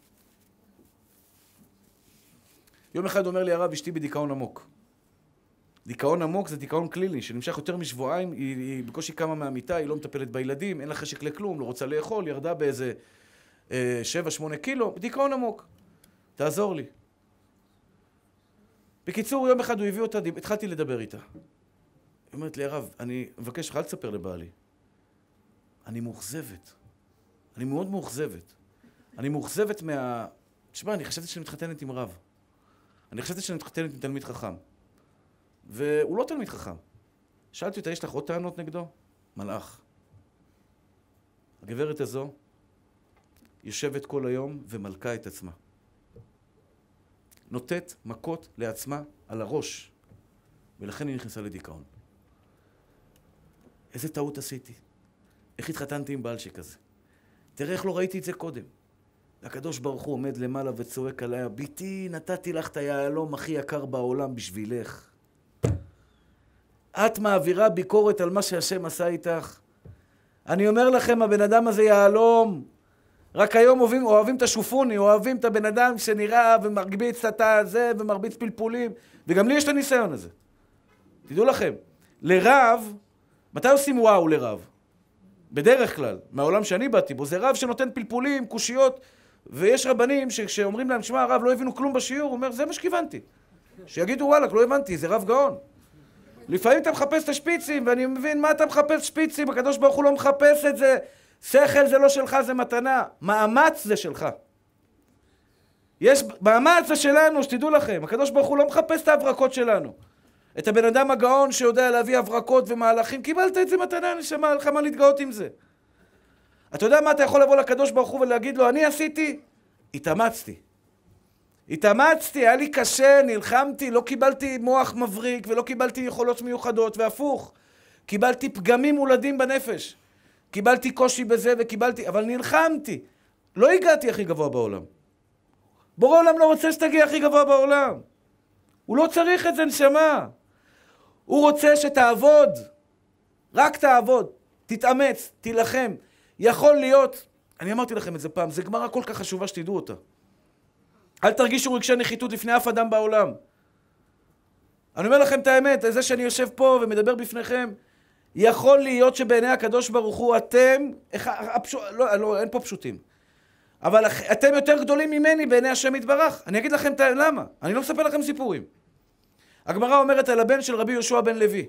יום אחד אומר לי הרב, אשתי בדיכאון עמוק. דיכאון עמוק זה דיכאון קליני, שנמשך יותר משבועיים, היא, היא בקושי קמה מהמיטה, היא לא מטפלת בילדים, אין לה חשק לכלום, לא רוצה לאכול, ירדה באיזה אה, שבע, שמונה קילו, דיכאון עמוק. תעזור לי. בקיצור, יום אחד הוא הביא אותה, התחלתי לדבר איתה. היא אומרת לי, הרב, אני מבקש לך, אל תספר לבעלי. אני מאוכזבת. אני מאוד מאוכזבת. אני מאוכזבת מה... תשמע, אני חשבתי שאני מתחתנת עם רב. אני חשבתי שאני מתחתנת עם תלמיד חכם. והוא לא תלמיד חכם. שאלתי אותה, יש לך עוד טענות נגדו? מלאך. הגברת הזו יושבת כל היום ומלכה את עצמה. נותת מכות לעצמה על הראש, ולכן היא נכנסה לדיכאון. איזה טעות עשיתי? איך התחתנתי עם בעל שכזה? תראה איך לא ראיתי את זה קודם. הקדוש ברוך הוא עומד למעלה וצועק עליה, ביתי, נתתי לך את היהלום הכי יקר בעולם בשבילך. את מעבירה ביקורת על מה שהשם עשה איתך. אני אומר לכם, הבן אדם הזה יהלום. רק היום אוהבים, אוהבים את השופוני, אוהבים את הבן אדם שנראה ומרביץ את הזה ומרביץ פלפולים. וגם לי יש את הניסיון הזה. תדעו לכם, לרב, מתי עושים וואו לרב? בדרך כלל, מהעולם שאני באתי בו, זה רב שנותן פלפולים, קושיות, ויש רבנים שאומרים להם, שמע, הרב, לא הבינו כלום בשיעור, הוא אומר, זה מה שכיוונתי. שיגידו, וואלק, לא הבנתי, זה רב גאון. לפעמים אתה מחפש את השפיצים, ואני מבין מה אתה מחפש שפיצים, הקדוש ברוך הוא לא מחפש את זה. שכל זה לא שלך, זה מתנה. מאמץ זה שלך. יש, מאמץ זה שלנו, שתדעו לכם. הקדוש ברוך הוא לא מחפש את ההברקות שלנו. את הבן אדם הגאון שיודע להביא הברקות ומהלכים, קיבלת את זה מתנה, נשמה, לך מה להתגאות עם זה. אתה יודע מה אתה יכול לבוא לקדוש ברוך הוא ולהגיד לו, אני עשיתי? התאמצתי. התאמצתי, היה לי קשה, נלחמתי, לא קיבלתי מוח מבריק ולא קיבלתי יכולות מיוחדות, והפוך. קיבלתי פגמים מולדים בנפש. קיבלתי קושי בזה וקיבלתי, אבל נלחמתי. לא הגעתי הכי גבוה בעולם. בורא עולם לא רוצה שתגיע הכי גבוה בעולם. הוא לא צריך את זה, נשמה. הוא רוצה שתעבוד. רק תעבוד. תתאמץ, תילחם. יכול להיות, אני אמרתי לכם את זה פעם, זה גמרא כל כך חשובה שתדעו אותה. אל תרגישו רגשי נחיתות לפני אף אדם בעולם. אני אומר לכם את האמת, זה שאני יושב פה ומדבר בפניכם, יכול להיות שבעיני הקדוש ברוך הוא אתם, הפשוט, לא, לא, אין פה פשוטים, אבל אתם יותר גדולים ממני בעיני השם יתברך. אני אגיד לכם למה, אני לא מספר לכם סיפורים. הגמרא אומרת על הבן של רבי יהושע בן לוי,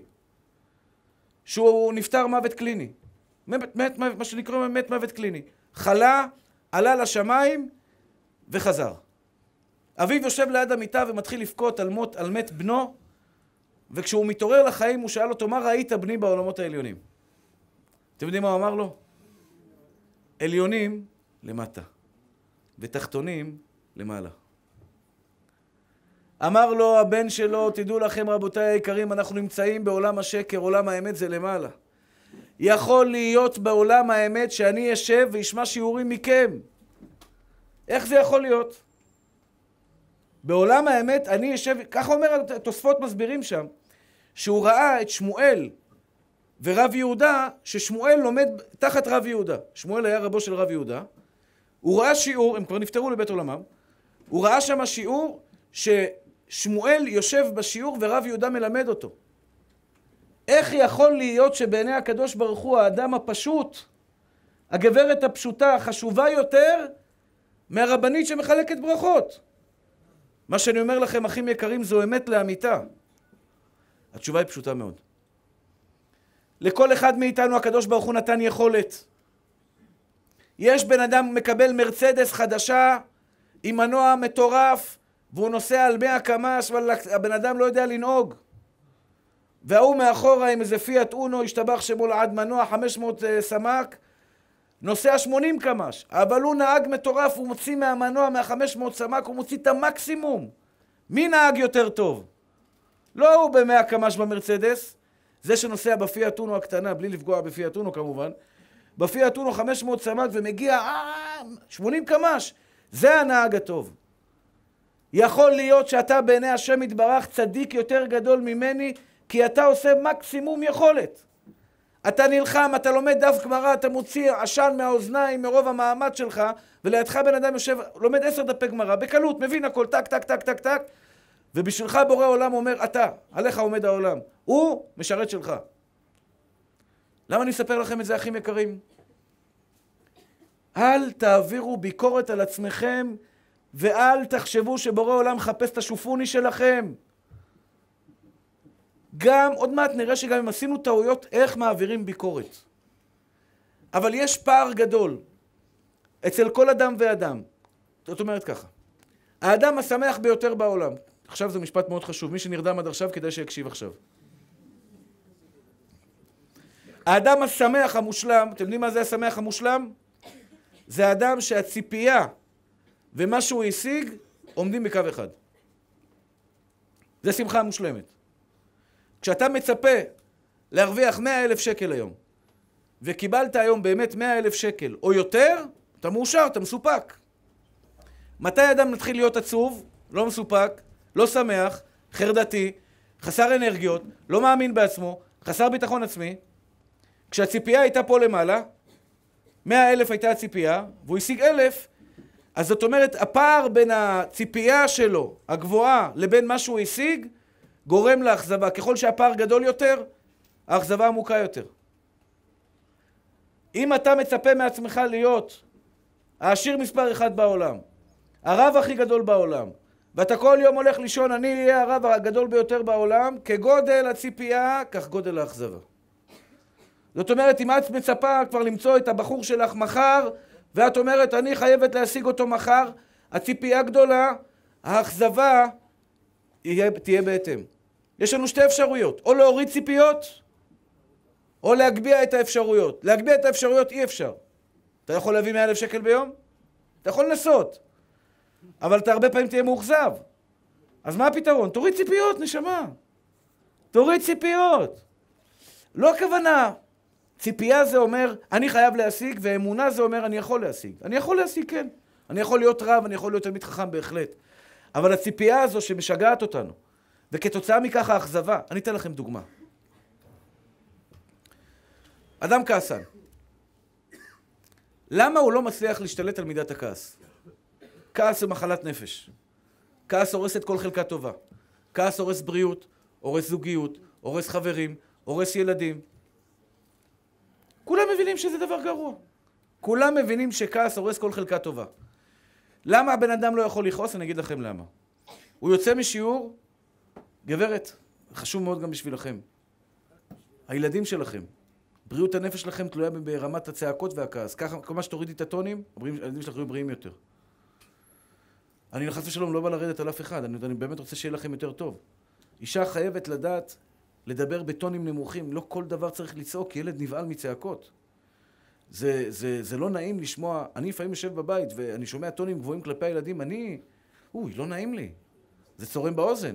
שהוא נפטר מוות קליני, מת, מת, מה שנקרא מת מוות קליני, חלה, עלה לשמיים וחזר. אביו יושב ליד המיטה ומתחיל לבכות על מות, על מת בנו, וכשהוא מתעורר לחיים הוא שאל אותו, מה ראית בני בעולמות העליונים? אתם יודעים מה הוא אמר לו? עליונים למטה, ותחתונים למעלה. אמר לו הבן שלו, תדעו לכם רבותיי היקרים, אנחנו נמצאים בעולם השקר, עולם האמת זה למעלה. יכול להיות בעולם האמת שאני אשב וישמע שיעורים מכם. איך זה יכול להיות? בעולם האמת, אני יושב, ככה אומר, תוספות מסבירים שם, שהוא ראה את שמואל ורב יהודה, ששמואל לומד תחת רב יהודה. שמואל היה רבו של רב יהודה. הוא ראה שיעור, הם כבר נפטרו לבית עולמם, הוא ראה שם שיעור ששמואל יושב בשיעור ורב יהודה מלמד אותו. איך יכול להיות שבעיני הקדוש ברוך הוא האדם הפשוט, הגברת הפשוטה, חשובה יותר מהרבנית שמחלקת ברכות? מה שאני אומר לכם, אחים יקרים, זו אמת לאמיתה. התשובה היא פשוטה מאוד. לכל אחד מאיתנו הקדוש ברוך הוא נתן יכולת. יש בן אדם מקבל מרצדס חדשה עם מנוע מטורף, והוא נוסע על מאה קמ"ש, אבל הבן אדם לא יודע לנהוג. והוא מאחורה עם איזה פיאט אונו, השתבח שמו לעד מנוע, חמש מאות סמ"ק, נוסע שמונים קמ"ש. אבל הוא נהג מטורף, הוא מוציא מהמנוע, מה-חמש מאות סמ"ק, הוא מוציא את המקסימום. מי נהג יותר טוב? לא הוא ב-מאה קמ"ש במרצדס, זה שנוסע בפיאט אונו הקטנה, בלי לפגוע בפיאט אונו כמובן, בפיאט אונו חמש מאות סמ"ק ומגיע שמונים קמ"ש. זה הנהג הטוב. יכול להיות שאתה בעיני השם יתברך צדיק יותר גדול ממני, כי אתה עושה מקסימום יכולת. אתה נלחם, אתה לומד דף גמרא, אתה מוציא עשן מהאוזניים מרוב המאמץ שלך, ולידך בן אדם יושב, לומד עשר דפי גמרא, בקלות, מבין הכל, טק, טק, טק, טק, טק, ובשבילך בורא עולם אומר, אתה, עליך עומד העולם. הוא משרת שלך. למה אני אספר לכם את זה, אחים יקרים? אל תעבירו ביקורת על עצמכם, ואל תחשבו שבורא עולם חפש את השופוני שלכם. גם, עוד מעט נראה שגם אם עשינו טעויות, איך מעבירים ביקורת. אבל יש פער גדול אצל כל אדם ואדם. זאת אומרת ככה, האדם השמח ביותר בעולם, עכשיו זה משפט מאוד חשוב, מי שנרדם עד עכשיו כדאי שיקשיב עכשיו. האדם השמח המושלם, אתם יודעים מה זה השמח המושלם? זה האדם שהציפייה ומה שהוא השיג עומדים בקו אחד. זה שמחה מושלמת. כשאתה מצפה להרוויח מאה אלף שקל היום, וקיבלת היום באמת מאה אלף שקל או יותר, אתה מאושר, אתה מסופק. מתי אדם מתחיל להיות עצוב, לא מסופק, לא שמח, חרדתי, חסר אנרגיות, לא מאמין בעצמו, חסר ביטחון עצמי? כשהציפייה הייתה פה למעלה, מאה אלף הייתה הציפייה, והוא השיג אלף, אז זאת אומרת, הפער בין הציפייה שלו, הגבוהה, לבין מה שהוא השיג, גורם לאכזבה. ככל שהפער גדול יותר, האכזבה עמוקה יותר. אם אתה מצפה מעצמך להיות העשיר מספר אחד בעולם, הרב הכי גדול בעולם, ואתה כל יום הולך לישון, אני אהיה הרב הגדול ביותר בעולם, כגודל הציפייה, כך גודל האכזבה. זאת אומרת, אם את מצפה כבר למצוא את הבחור שלך מחר, ואת אומרת, אני חייבת להשיג אותו מחר, הציפייה גדולה, האכזבה יהיה, תהיה בהתאם. יש לנו שתי אפשרויות, או להוריד ציפיות, או להגביה את האפשרויות. להגביה את האפשרויות אי אפשר. אתה יכול להביא מאה אלף שקל ביום? אתה יכול לנסות. אבל אתה הרבה פעמים תהיה מאוכזב. אז מה הפתרון? תוריד ציפיות, נשמה. תוריד ציפיות. לא הכוונה. ציפייה זה אומר, אני חייב להשיג, ואמונה זה אומר, אני יכול להשיג. אני יכול להשיג, כן. אני יכול להיות רב, אני יכול להיות תלמיד חכם בהחלט. אבל הציפייה הזו שמשגעת אותנו, וכתוצאה מכך האכזבה, אני אתן לכם דוגמה. אדם כעסן. למה הוא לא מצליח להשתלט על מידת הכעס? כעס זה מחלת נפש. כעס הורס את כל חלקה טובה. כעס הורס בריאות, הורס זוגיות, הורס חברים, הורס ילדים. כולם מבינים שזה דבר גרוע. כולם מבינים שכעס הורס כל חלקה טובה. למה הבן אדם לא יכול לכעוס? אני אגיד לכם למה. הוא יוצא משיעור, גברת, חשוב מאוד גם בשבילכם. הילדים שלכם, בריאות הנפש שלכם תלויה ברמת הצעקות והכעס. ככה, כל מה שתורידי את הטונים, הילדים שלכם יהיו בריאים יותר. אני חס ושלום לא בא לרדת על אף אחד, אני, אני באמת רוצה שיהיה לכם יותר טוב. אישה חייבת לדעת לדבר בטונים נמוכים, לא כל דבר צריך לצעוק, כי ילד נבעל מצעקות. זה, זה, זה לא נעים לשמוע, אני לפעמים יושב בבית ואני שומע טונים גבוהים כלפי הילדים, אני, אוי, לא נעים לי. זה צורם באוזן.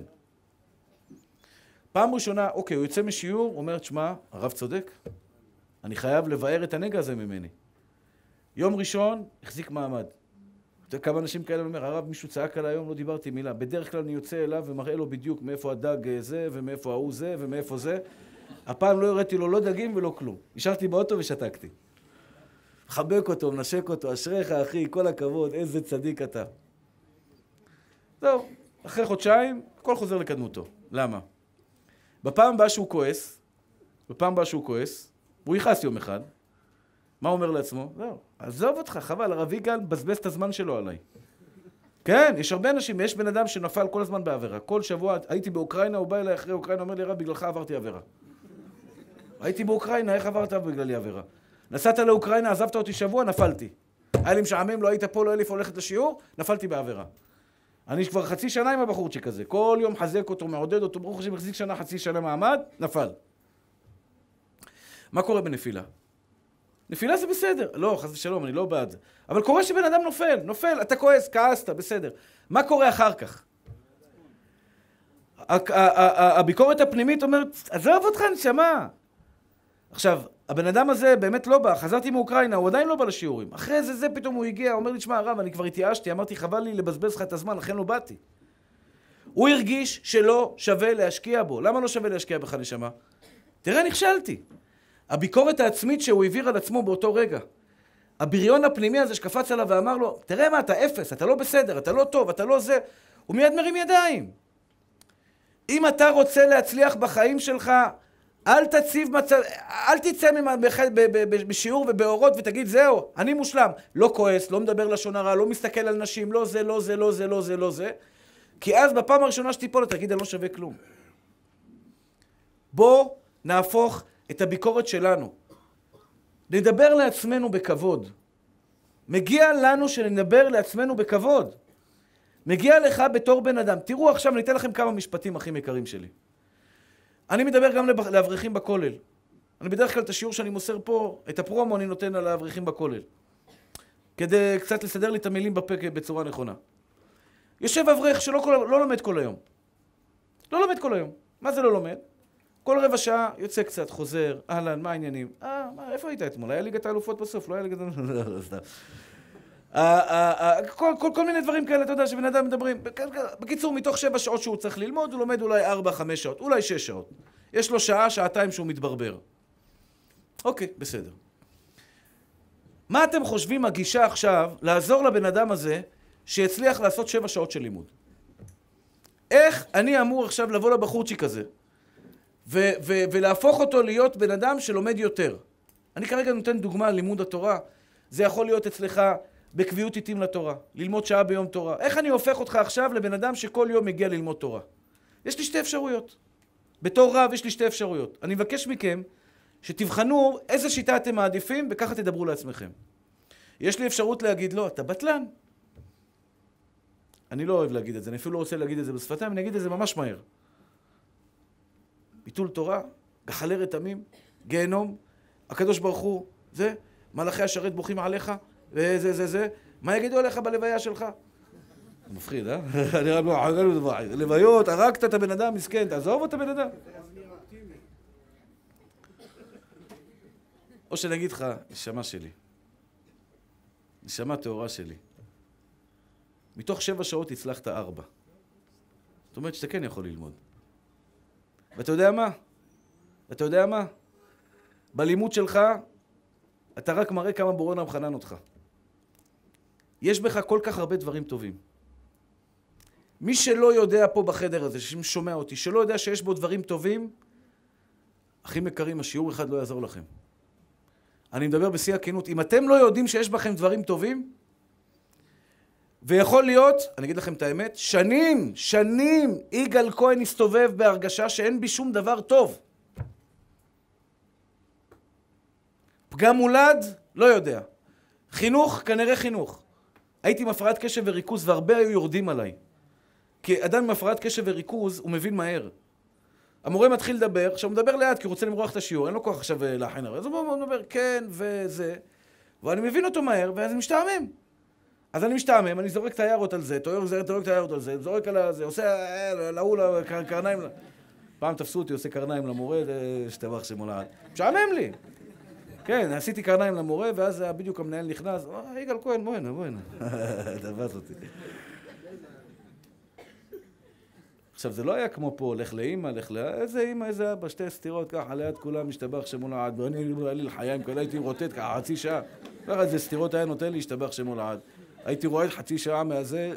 פעם ראשונה, אוקיי, הוא יוצא משיעור, הוא אומר, תשמע, הרב צודק, אני חייב לבאר את הנגע הזה ממני. יום ראשון, החזיק מעמד. כמה אנשים כאלה אומר, הרב, מישהו צעק על היום, לא דיברתי מילה. בדרך כלל אני יוצא אליו ומראה לו בדיוק מאיפה הדג זה, ומאיפה ההוא זה, ומאיפה זה. הפעם לא הראיתי לו לא דגים ולא כלום. נשארתי באוטו ושתקתי. חבק אותו, מנשק אותו, אשריך אחי, כל הכבוד, איזה צדיק אתה. זהו, אחרי חודשיים, הכל חוזר לקדמותו. למה? בפעם הבאה שהוא כועס, בפעם הבאה שהוא כועס, הוא יכעס יום אחד, מה הוא אומר לעצמו? זהו, עזוב אותך, חבל, הרב יגאל בזבז את הזמן שלו עליי. כן, יש הרבה אנשים, יש בן אדם שנפל כל הזמן בעבירה. כל שבוע, הייתי באוקראינה, הוא בא אליי אחרי אוקראינה, אומר לי, רב, בגללך עברתי עבירה. הייתי באוקראינה, איך עברת בגללי עבירה? נסעת לאוקראינה, עזבת אותי שבוע, נפלתי. היה לי משעמם, לא היית פה, לא היה לי איפה הולכת לשיעור, נפלתי בעבירה. אני כבר חצי שנה עם הבחורצ'יק הזה, כל יום חזק אותו, מעודד אותו, ברוך השם, חצי שנה, חצי שנה מעמד, נפל. מה קורה בנפילה? נפילה זה בסדר. לא, חס ושלום, אני לא בעד זה. אבל קורה שבן אדם נופל, נופל, אתה כועס, כעסת, בסדר. מה קורה אחר כך? הביקורת הפנימית אומרת, עזוב אותך, נשמה. עכשיו, הבן אדם הזה באמת לא בא, חזרתי מאוקראינה, הוא עדיין לא בא לשיעורים. אחרי זה, זה פתאום הוא הגיע, אומר לי, תשמע, הרב, אני כבר התייאשתי, אמרתי, חבל לי לבזבז לך את הזמן, לכן לא באתי. הוא הרגיש שלא שווה להשקיע בו. למה לא שווה להשקיע בך, נשמה? תראה, נכשלתי. הביקורת העצמית שהוא העביר על עצמו באותו רגע. הבריון הפנימי הזה שקפץ עליו ואמר לו, תראה מה, אתה אפס, אתה לא בסדר, אתה לא טוב, אתה לא זה. הוא מיד מרים ידיים. אם אתה רוצה להצליח בחיים שלך, אל תציב מצב, אל תצא בשיעור ובאורות ותגיד, זהו, אני מושלם. לא כועס, לא מדבר לשון הרע, לא מסתכל על נשים, לא זה, לא זה, לא זה, לא זה, לא זה. כי אז בפעם הראשונה שתיפול, תגיד, אני לא שווה כלום. בוא נהפוך את הביקורת שלנו. נדבר לעצמנו בכבוד. מגיע לנו שנדבר לעצמנו בכבוד. מגיע לך בתור בן אדם. תראו עכשיו, אני אתן לכם כמה משפטים הכי יקרים שלי. אני מדבר גם לאברכים בכולל. אני בדרך כלל את השיעור שאני מוסר פה, את הפרומו אני נותן על האברכים בכולל. כדי קצת לסדר לי את המילים בפה בצורה נכונה. יושב אברך שלא כל, לא לומד כל היום. לא לומד כל היום. מה זה לא לומד? כל רבע שעה יוצא קצת, חוזר, אהלן, מה העניינים? אה, מה, איפה היית אתמול? היה ליגת האלופות בסוף, לא היה ליגת האלופות? לא, לא, סתם. כל מיני דברים כאלה, אתה יודע, שבן אדם מדברים. בקיצור, מתוך שבע שעות שהוא צריך ללמוד, הוא לומד אולי ארבע, חמש שעות, אולי שש שעות. יש לו שעה, שעתיים שהוא מתברבר. אוקיי, בסדר. מה אתם חושבים הגישה עכשיו לעזור לבן אדם הזה שיצליח לעשות שבע שעות של לימוד? איך אני אמור עכשיו לבוא לבחורצ'יק הזה ו- ו- ולהפוך אותו להיות בן אדם שלומד יותר? אני כרגע נותן דוגמה על לימוד התורה. זה יכול להיות אצלך בקביעות עיתים לתורה, ללמוד שעה ביום תורה. איך אני הופך אותך עכשיו לבן אדם שכל יום מגיע ללמוד תורה? יש לי שתי אפשרויות. בתור רב יש לי שתי אפשרויות. אני מבקש מכם שתבחנו איזה שיטה אתם מעדיפים וככה תדברו לעצמכם. יש לי אפשרות להגיד לו, אתה בטלן. אני לא אוהב להגיד את זה, אני אפילו לא רוצה להגיד את זה בשפתיים, אני אגיד את זה ממש מהר. ביטול תורה, גחלי רתמים, גיהנום, הקדוש ברוך הוא, זה, מלאכי השרת בוכים עליך, וזה, זה, זה, מה יגידו עליך בלוויה שלך? מפחיד, אה? אני רק לא חגל לדבר. לוויות, הרגת את הבן אדם, מסכן, תעזוב את הבן אדם. או שנגיד לך, נשמה שלי, נשמה תאורה שלי, מתוך שבע שעות הצלחת ארבע. זאת אומרת שאתה כן יכול ללמוד. ואתה יודע מה? אתה יודע מה? בלימוד שלך, אתה רק מראה כמה בורא מחנן אותך. יש בך כל כך הרבה דברים טובים. מי שלא יודע פה בחדר הזה, ששומע אותי, שלא יודע שיש בו דברים טובים, אחים יקרים, השיעור אחד לא יעזור לכם. אני מדבר בשיא הכנות. אם אתם לא יודעים שיש בכם דברים טובים, ויכול להיות, אני אגיד לכם את האמת, שנים, שנים, יגאל כהן הסתובב בהרגשה שאין בי שום דבר טוב. פגם מולד, לא יודע. חינוך, כנראה חינוך. הייתי עם הפרעת קשב וריכוז והרבה היו יורדים עליי. כי אדם עם הפרעת קשב וריכוז, הוא מבין מהר. המורה מתחיל לדבר, עכשיו הוא מדבר לאט כי הוא רוצה למרוח את השיעור, אין לו כוח עכשיו להכין הרבה. אז הוא מדבר כן וזה, ואני מבין אותו מהר, ואז אני משתעמם. אז אני משתעמם, אני זורק את היערות על זה, זורק את היערות על זה, זורק על זה, עושה להוא קרניים. פעם תפסו אותי, עושה קרניים למורה, שתבח שמולד. משעמם לי. כן, עשיתי קרניים למורה, ואז בדיוק המנהל נכנס, אה, יגאל כהן, בוא הנה, בוא הנה. תפס אותי. עכשיו, זה לא היה כמו פה, לך לאמא, לך לאמא, איזה אמא, איזה אבא, שתי סתירות ככה, ליד כולם משתבח שמו לעד, ואני היה לי לחיים, כאלה הייתי רוטט ככה, חצי שעה. ככה איזה סתירות היה נותן לי, השתבח שמו לעד. הייתי רואה חצי שעה מהזה.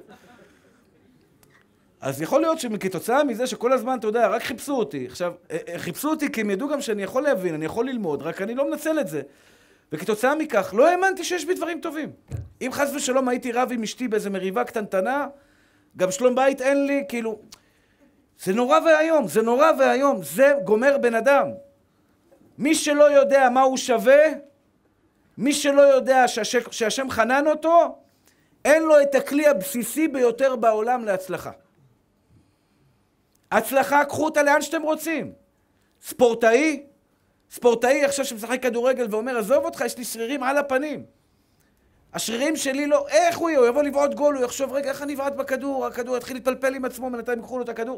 אז יכול להיות שכתוצאה מזה שכל הזמן, אתה יודע, רק חיפשו אותי. עכשיו, חיפשו אותי כי הם ידעו גם שאני יכול להבין, אני יכול ללמוד, רק אני לא מנצל את זה. וכתוצאה מכך, לא האמנתי שיש בי דברים טובים. אם חס ושלום הייתי רב עם אשתי באיזה מריבה קטנטנה, גם שלום בית אין לי, כאילו... זה נורא והיום, זה נורא והיום, זה גומר בן אדם. מי שלא יודע מה הוא שווה, מי שלא יודע שהשם, שהשם חנן אותו, אין לו את הכלי הבסיסי ביותר בעולם להצלחה. הצלחה, קחו אותה לאן שאתם רוצים. ספורטאי, ספורטאי עכשיו שמשחק כדורגל ואומר, עזוב אותך, יש לי שרירים על הפנים. השרירים שלי לא, איך הוא יהיה? הוא יבוא לבעוט גול, הוא יחשוב, רגע, איך אני בעט בכדור? הכדור יתחיל להתפלפל עם עצמו, בינתיים יקחו לו את הכדור.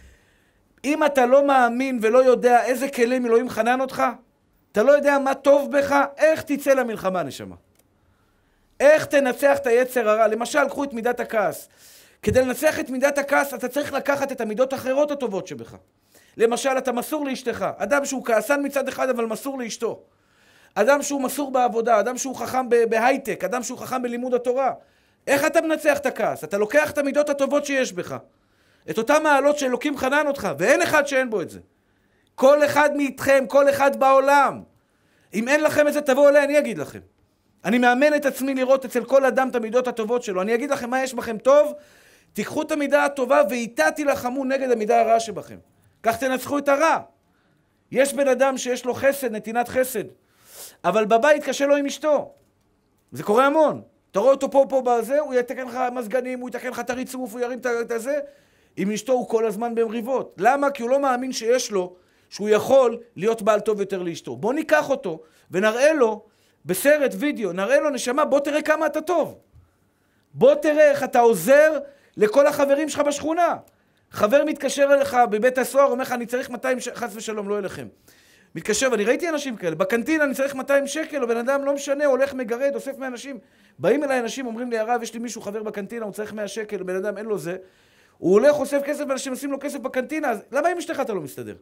אם אתה לא מאמין ולא יודע איזה כלים אלוהים חנן אותך, אתה לא יודע מה טוב בך, איך תצא למלחמה, נשמה? איך תנצח את היצר הרע? למשל, קחו את מידת הכעס. כדי לנצח את מידת הכעס, אתה צריך לקחת את המידות האחרות הטובות שבך. למשל, אתה מסור לאשתך. אדם שהוא כעסן מצד אחד, אבל מסור לאשתו. אדם שהוא מסור בעבודה, אדם שהוא חכם בהייטק, אדם שהוא חכם בלימוד התורה. איך אתה מנצח את הכעס? אתה לוקח את המידות הטובות שיש בך. את אותם מעלות שאלוקים חנן אותך, ואין אחד שאין בו את זה. כל אחד מאיתכם, כל אחד בעולם. אם אין לכם את זה, תבואו אליי, אני אגיד לכם. אני מאמן את עצמי לראות אצל כל אדם את המידות הטובות שלו. אני אגיד לכם מה יש בכם טוב, תיקחו את המידה הטובה ואיתה תילחמו נגד המידה הרעה שבכם. כך תנצחו את הרע. יש בן אדם שיש לו חסד, נתינת חסד, אבל בבית קשה לו עם אשתו. זה קורה המון. אתה רואה אותו פה פה בזה, הוא יתקן לך מזגנים, הוא יתקן לך את הריצוף, הוא ירים את זה. עם אשתו הוא כל הזמן במריבות. למה? כי הוא לא מאמין שיש לו, שהוא יכול להיות בעל טוב יותר לאשתו. בוא ניקח אותו ונראה לו בסרט וידאו, נראה לו נשמה, בוא תראה כמה אתה טוב. בוא תראה איך אתה עוזר לכל החברים שלך בשכונה. חבר מתקשר אליך בבית הסוהר, אומר לך, אני צריך מאתיים שקל, חס ושלום, לא אליכם. מתקשר, ואני ראיתי אנשים כאלה, בקנטינה אני צריך מאתיים שקל, ובן אדם לא משנה, הולך מגרד, אוסף מאנשים. באים אליי אנשים, אומרים לי, הרב, יש לי מישהו חבר בקנטינה, הוא צריך מאה שקל, בן אדם אין לו זה. הוא הולך, אוסף כסף, ואנשים עושים לו כסף בקנטינה, אז למה עם אשתך אתה לא מסתדר?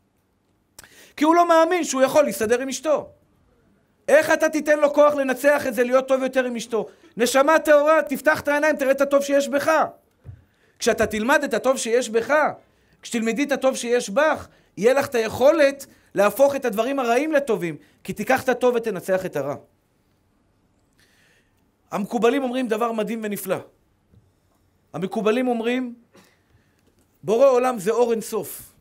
כי הוא לא מאמין שהוא יכול להסתדר עם אשתו. איך אתה תיתן לו כוח לנצח את זה, להיות טוב יותר עם אשתו? נשמה טהורה, תפתח את העיניים, תראה את הטוב שיש בך. כשאתה תלמד את הטוב שיש בך, כשתלמדי את הטוב שיש בך, יהיה לך את היכולת להפוך את הדברים הרעים לטובים, כי תיקח את הטוב ותנצח את הרע. המקובלים אומרים דבר מדהים ונפלא. המקובלים אומרים, בורא עולם זה אור אין סוף.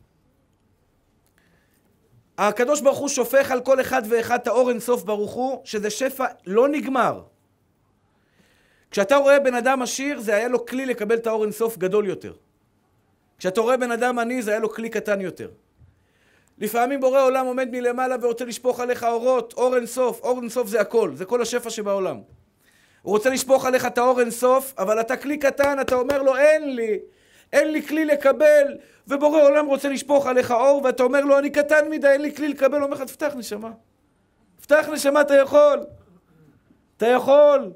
הקדוש ברוך הוא שופך על כל אחד ואחד את האור אין סוף ברוך הוא, שזה שפע לא נגמר. כשאתה רואה בן אדם עשיר, זה היה לו כלי לקבל את האור אין סוף גדול יותר. כשאתה רואה בן אדם עני, זה היה לו כלי קטן יותר. לפעמים בורא עולם עומד מלמעלה ורוצה לשפוך עליך אורות, אור אין סוף. אור אין סוף זה הכל, זה כל השפע שבעולם. הוא רוצה לשפוך עליך את האור אין סוף, אבל אתה כלי קטן, אתה אומר לו, אין לי, אין לי כלי לקבל, ובורא עולם רוצה לשפוך עליך אור, ואתה אומר לו, אני קטן מדי, אין לי כלי לקבל, הוא אומר לך, תפתח נשמה. תפתח נשמה, אתה יכול. אתה יכול.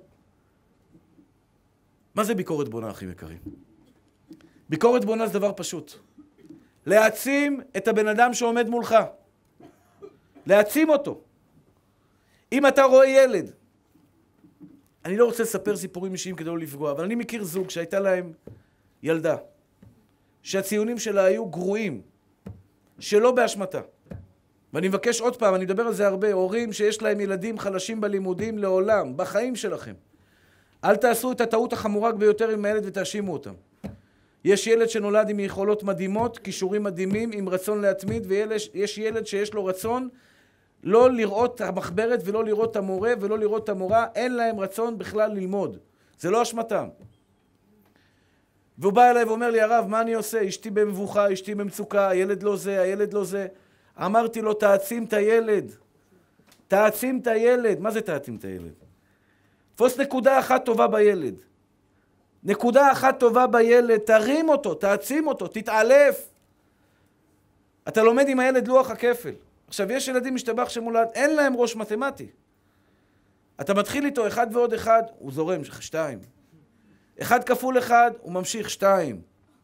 מה זה ביקורת בונה, אחים יקרים? ביקורת בונה זה דבר פשוט. להעצים את הבן אדם שעומד מולך. להעצים אותו. אם אתה רואה ילד, אני לא רוצה לספר סיפורים אישיים כדי לא לפגוע, אבל אני מכיר זוג שהייתה להם ילדה, שהציונים שלה היו גרועים, שלא באשמתה. ואני מבקש עוד פעם, אני מדבר על זה הרבה, הורים שיש להם ילדים חלשים בלימודים לעולם, בחיים שלכם. אל תעשו את הטעות החמורה ביותר עם הילד ותאשימו אותם. יש ילד שנולד עם יכולות מדהימות, כישורים מדהימים, עם רצון להתמיד, ויש ילד שיש לו רצון לא לראות את המחברת ולא לראות את המורה ולא לראות את המורה, אין להם רצון בכלל ללמוד. זה לא אשמתם. והוא בא אליי ואומר לי, הרב, מה אני עושה? אשתי במבוכה, אשתי במצוקה, הילד לא זה, הילד לא זה. אמרתי לו, תעצים את הילד. תעצים את הילד. מה זה תעצים את הילד? תפוס נקודה אחת טובה בילד. נקודה אחת טובה בילד, תרים אותו, תעצים אותו, תתעלף. אתה לומד עם הילד לוח הכפל. עכשיו, יש ילדים משתבח שמולד, אין להם ראש מתמטי. אתה מתחיל איתו אחד ועוד אחד, הוא זורם, שתיים. אחד כפול אחד, הוא ממשיך שתיים.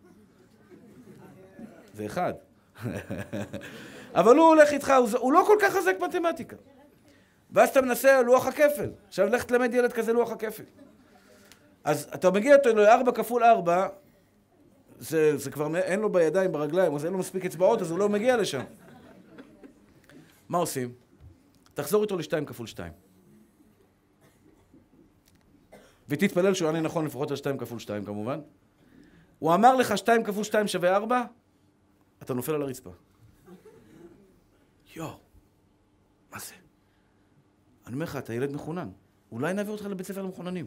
זה אחד. אבל הוא הולך איתך, הוא, הוא לא כל כך חזק מתמטיקה. ואז אתה מנסה על לוח הכפל. עכשיו לך תלמד ילד כזה לוח הכפל. אז אתה מגיע אותו לארבע כפול ארבע, זה, זה כבר אין לו בידיים, ברגליים, אז אין לו מספיק אצבעות, אז הוא לא מגיע לשם. מה עושים? תחזור איתו לשתיים כפול שתיים. ותתפלל שהוא יענה נכון לפחות על שתיים כפול שתיים כמובן. הוא אמר לך שתיים כפול שתיים שווה ארבע, אתה נופל על הרצפה. יו, מה זה? אני אומר לך, אתה ילד מחונן. אולי נעביר אותך לבית ספר למחוננים.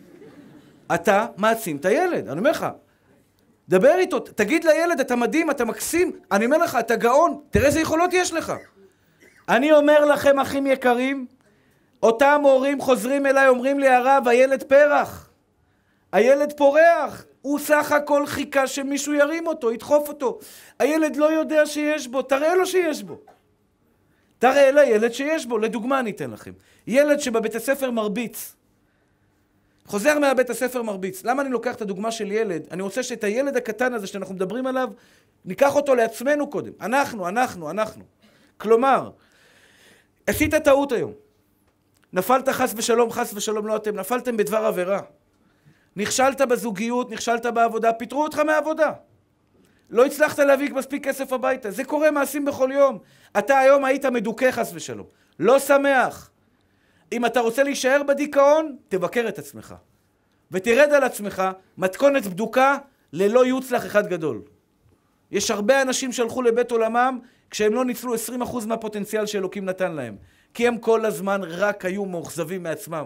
אתה מעצים את הילד, אני אומר לך. דבר איתו, תגיד לילד, אתה מדהים, אתה מקסים. אני אומר לך, אתה גאון, תראה איזה יכולות יש לך. אני אומר לכם, אחים יקרים, אותם הורים חוזרים אליי, אומרים לי, הרב, הילד פרח. הילד פורח. הוא סך הכל חיכה שמישהו ירים אותו, ידחוף אותו. הילד לא יודע שיש בו, תראה לו שיש בו. תראה לילד שיש בו. לדוגמה אני אתן לכם. ילד שבבית הספר מרביץ. חוזר מהבית הספר מרביץ. למה אני לוקח את הדוגמה של ילד? אני רוצה שאת הילד הקטן הזה שאנחנו מדברים עליו, ניקח אותו לעצמנו קודם. אנחנו, אנחנו, אנחנו. כלומר, עשית טעות היום. נפלת חס ושלום, חס ושלום לא אתם, נפלתם בדבר עבירה. נכשלת בזוגיות, נכשלת בעבודה, פיטרו אותך מהעבודה. לא הצלחת להביא מספיק כסף הביתה. זה קורה מעשים בכל יום. אתה היום היית מדוכא חס ושלום. לא שמח. אם אתה רוצה להישאר בדיכאון, תבקר את עצמך. ותרד על עצמך, מתכונת בדוקה ללא יוצלח אחד גדול. יש הרבה אנשים שהלכו לבית עולמם, כשהם לא ניצלו עשרים אחוז מהפוטנציאל שאלוקים נתן להם. כי הם כל הזמן רק היו מאוכזבים מעצמם.